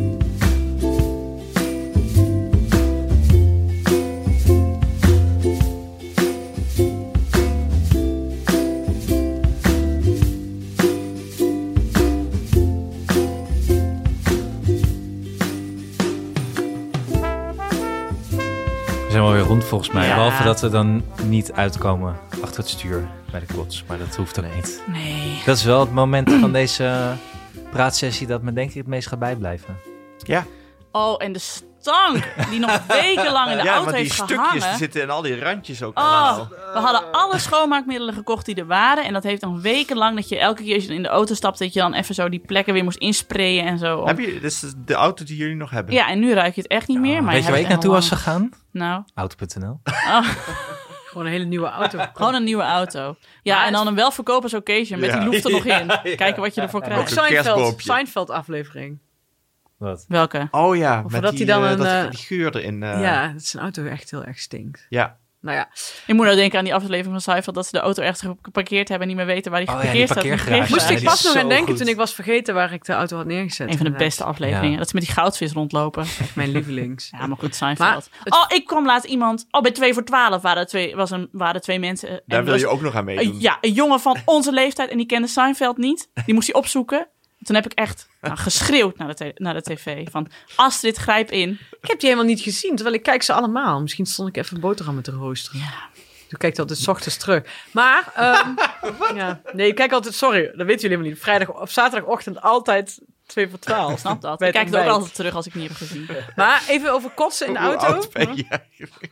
We zijn wel weer rond volgens mij. Ja. Behalve dat we dan niet uitkomen achter het stuur bij de kots. Maar dat hoeft ook niet. Nee. Dat is wel het moment van deze praatsessie dat me denk ik het meest gaat bijblijven. Ja, Oh, en de stank die nog wekenlang in de ja auto want die heeft stukjes gehangen. zitten in al die randjes ook. Oh, allemaal. we hadden alle schoonmaakmiddelen gekocht die er waren. En dat heeft nog wekenlang dat je elke keer als je in de auto stapt... dat je dan even zo die plekken weer moest insprayen en zo. Heb je, dit is de auto die jullie nog hebben? Ja, en nu ruik je het echt niet meer. Maar Weet je waar ik naartoe was gegaan? Nou, Auto punt n l. Gewoon een hele nieuwe auto. gewoon een nieuwe auto. Ja, Maar en dan een welverkopers occasion met Ja. die loef er nog Ja, in. ja. Kijken wat je ervoor Ook krijgt. Zo'n Seinfeld, kerstboompje. Seinfeld aflevering. Wat? Welke? Oh ja, Of met dat die, hij dan eh, een, dat, eh, die geur erin. eh, Ja, dat zijn auto echt heel erg stinkt. ja. Nou ja, Ik moet nou denken aan die aflevering van Seinfeld... dat ze de auto ergens geparkeerd hebben... en niet meer weten waar die Oh ja, geparkeerd die staat. parkeergarage. moest Ja, ik die pas is nog zo aan denken goed. toen ik was vergeten waar ik de auto had neergezet. Een van de beste afleveringen. Ja. Dat ze met die goudvis rondlopen. Echt mijn lievelings. Ja, maar goed, Seinfeld. Maar het- Oh, ik kwam laatst iemand... Oh, bij twee voor twaalf waren, twee, was een, waren twee mensen. en Daar er wil was je ook nog aan meedoen. een- Ja, een jongen van onze leeftijd en die kende Seinfeld niet. Die moest hij opzoeken. Toen heb ik echt nou, geschreeuwd naar de, te- naar de tv. Van, Astrid, grijp in. Ik heb die helemaal niet gezien, terwijl ik kijk ze allemaal. Misschien stond ik even boterhammen te roosteren. Ja. Toen kijk ik altijd 's ochtends terug. Maar, ehm, ja. Nee, ik kijk altijd, sorry, dat weten jullie helemaal niet. Vrijdag of zaterdagochtend altijd twee voor twaalf. Snap dat? Bij Ik het kijk het ook ontbijt. altijd terug als ik niet heb gezien. Maar even over kotsen in de Hoe auto. oud ben je eigenlijk?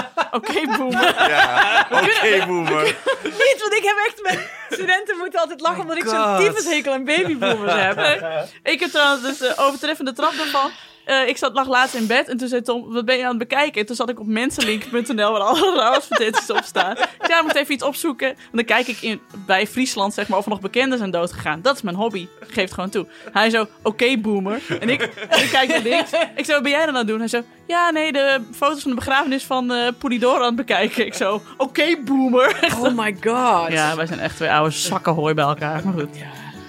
Oké, boomer. Ja, oké, boomer. Niet, want ik heb echt met studenten moeten altijd lachen omdat ik zo'n God. tyfushekel aan babyboomers heb. Ik heb trouwens dus de overtreffende trap daarvan. Eh, ik zat, lag laatst in bed en toen zei Tom, wat ben je aan het bekijken? En toen zat ik op mensenlink punt n l waar alle rouwadvertenties op staan. Ik zei, ja, ik moet even iets opzoeken. En dan kijk ik in, bij Friesland, zeg maar, of er nog bekenden zijn doodgegaan. Dat is mijn hobby. Ik geef het gewoon toe. Hij zo, oké, boomer. En ik, en ik kijk naar links. Ik zo, wat ben jij dan aan het doen? Hij zo, ja, nee, de foto's van de begrafenis van uh, Polydor aan het bekijken. Ik zo, oké, boomer. Oh my god. Ja, wij zijn echt twee oude zakken hooi bij elkaar. Maar goed.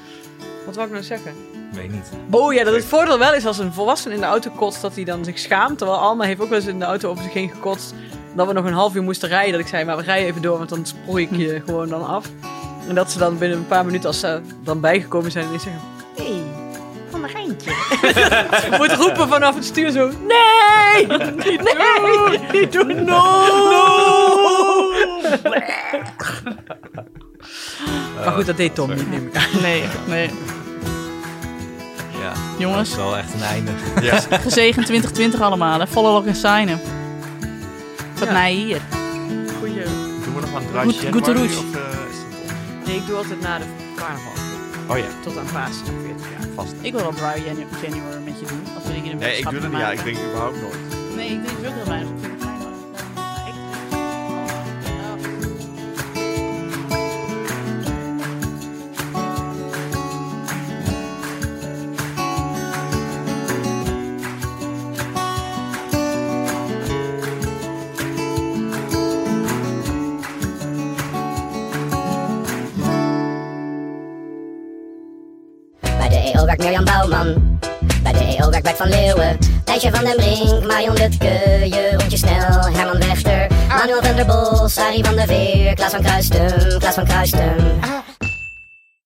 Wat wou ik nou zeggen? Weet niet. Oh ja, dat het voordeel wel is als een volwassene in de auto kotst, dat hij dan zich schaamt. Terwijl Alma heeft ook wel eens in de auto over zich heen gekotst. Dat we nog een half uur moesten rijden. Dat ik zei, maar we rijden even door, want dan spoor ik je gewoon dan af. En dat ze dan binnen een paar minuten, als ze dan bijgekomen zijn, ineens zeggen... Hé, hey, van een geintje. Moet roepen vanaf het stuur zo... Nee! Niet nee! Niet doen! No! Maar goed, dat deed Tom niet, neem ik aan. Nee, nee. Ja, Jongens. dat is wel echt een einde. Ja. Gezegend twintig twintig allemaal, hè. Volle log en signen. Wat Ja. mij hier. Goeie... Doen we nog aan het Goed- draadje goed Januari, roes. of eh, is dat Nee, ik doe altijd na de carnaval. om? Oh ja, Tot aan Pasen, veertig jaar. vast. Ik wil wel Dry Janu- January met je doen. Als we hier een Nee, ik doe dat niet. Ja, ik denk. denk überhaupt nooit. Nee, ik drink dus ook heel weinig. Ik vind het fijn hoor. Ja, ik Bij de E O werkt Mirjam Bouwman. Bij de E O werkt Bert van Leeuwen. Thijsje van den Brink, Marion Lutke, Jeroentje Snel, Herman Wechter, Manuel van der Bos, Arie van der Veer, Klaas van Kruisten, Klaas van Kruisten.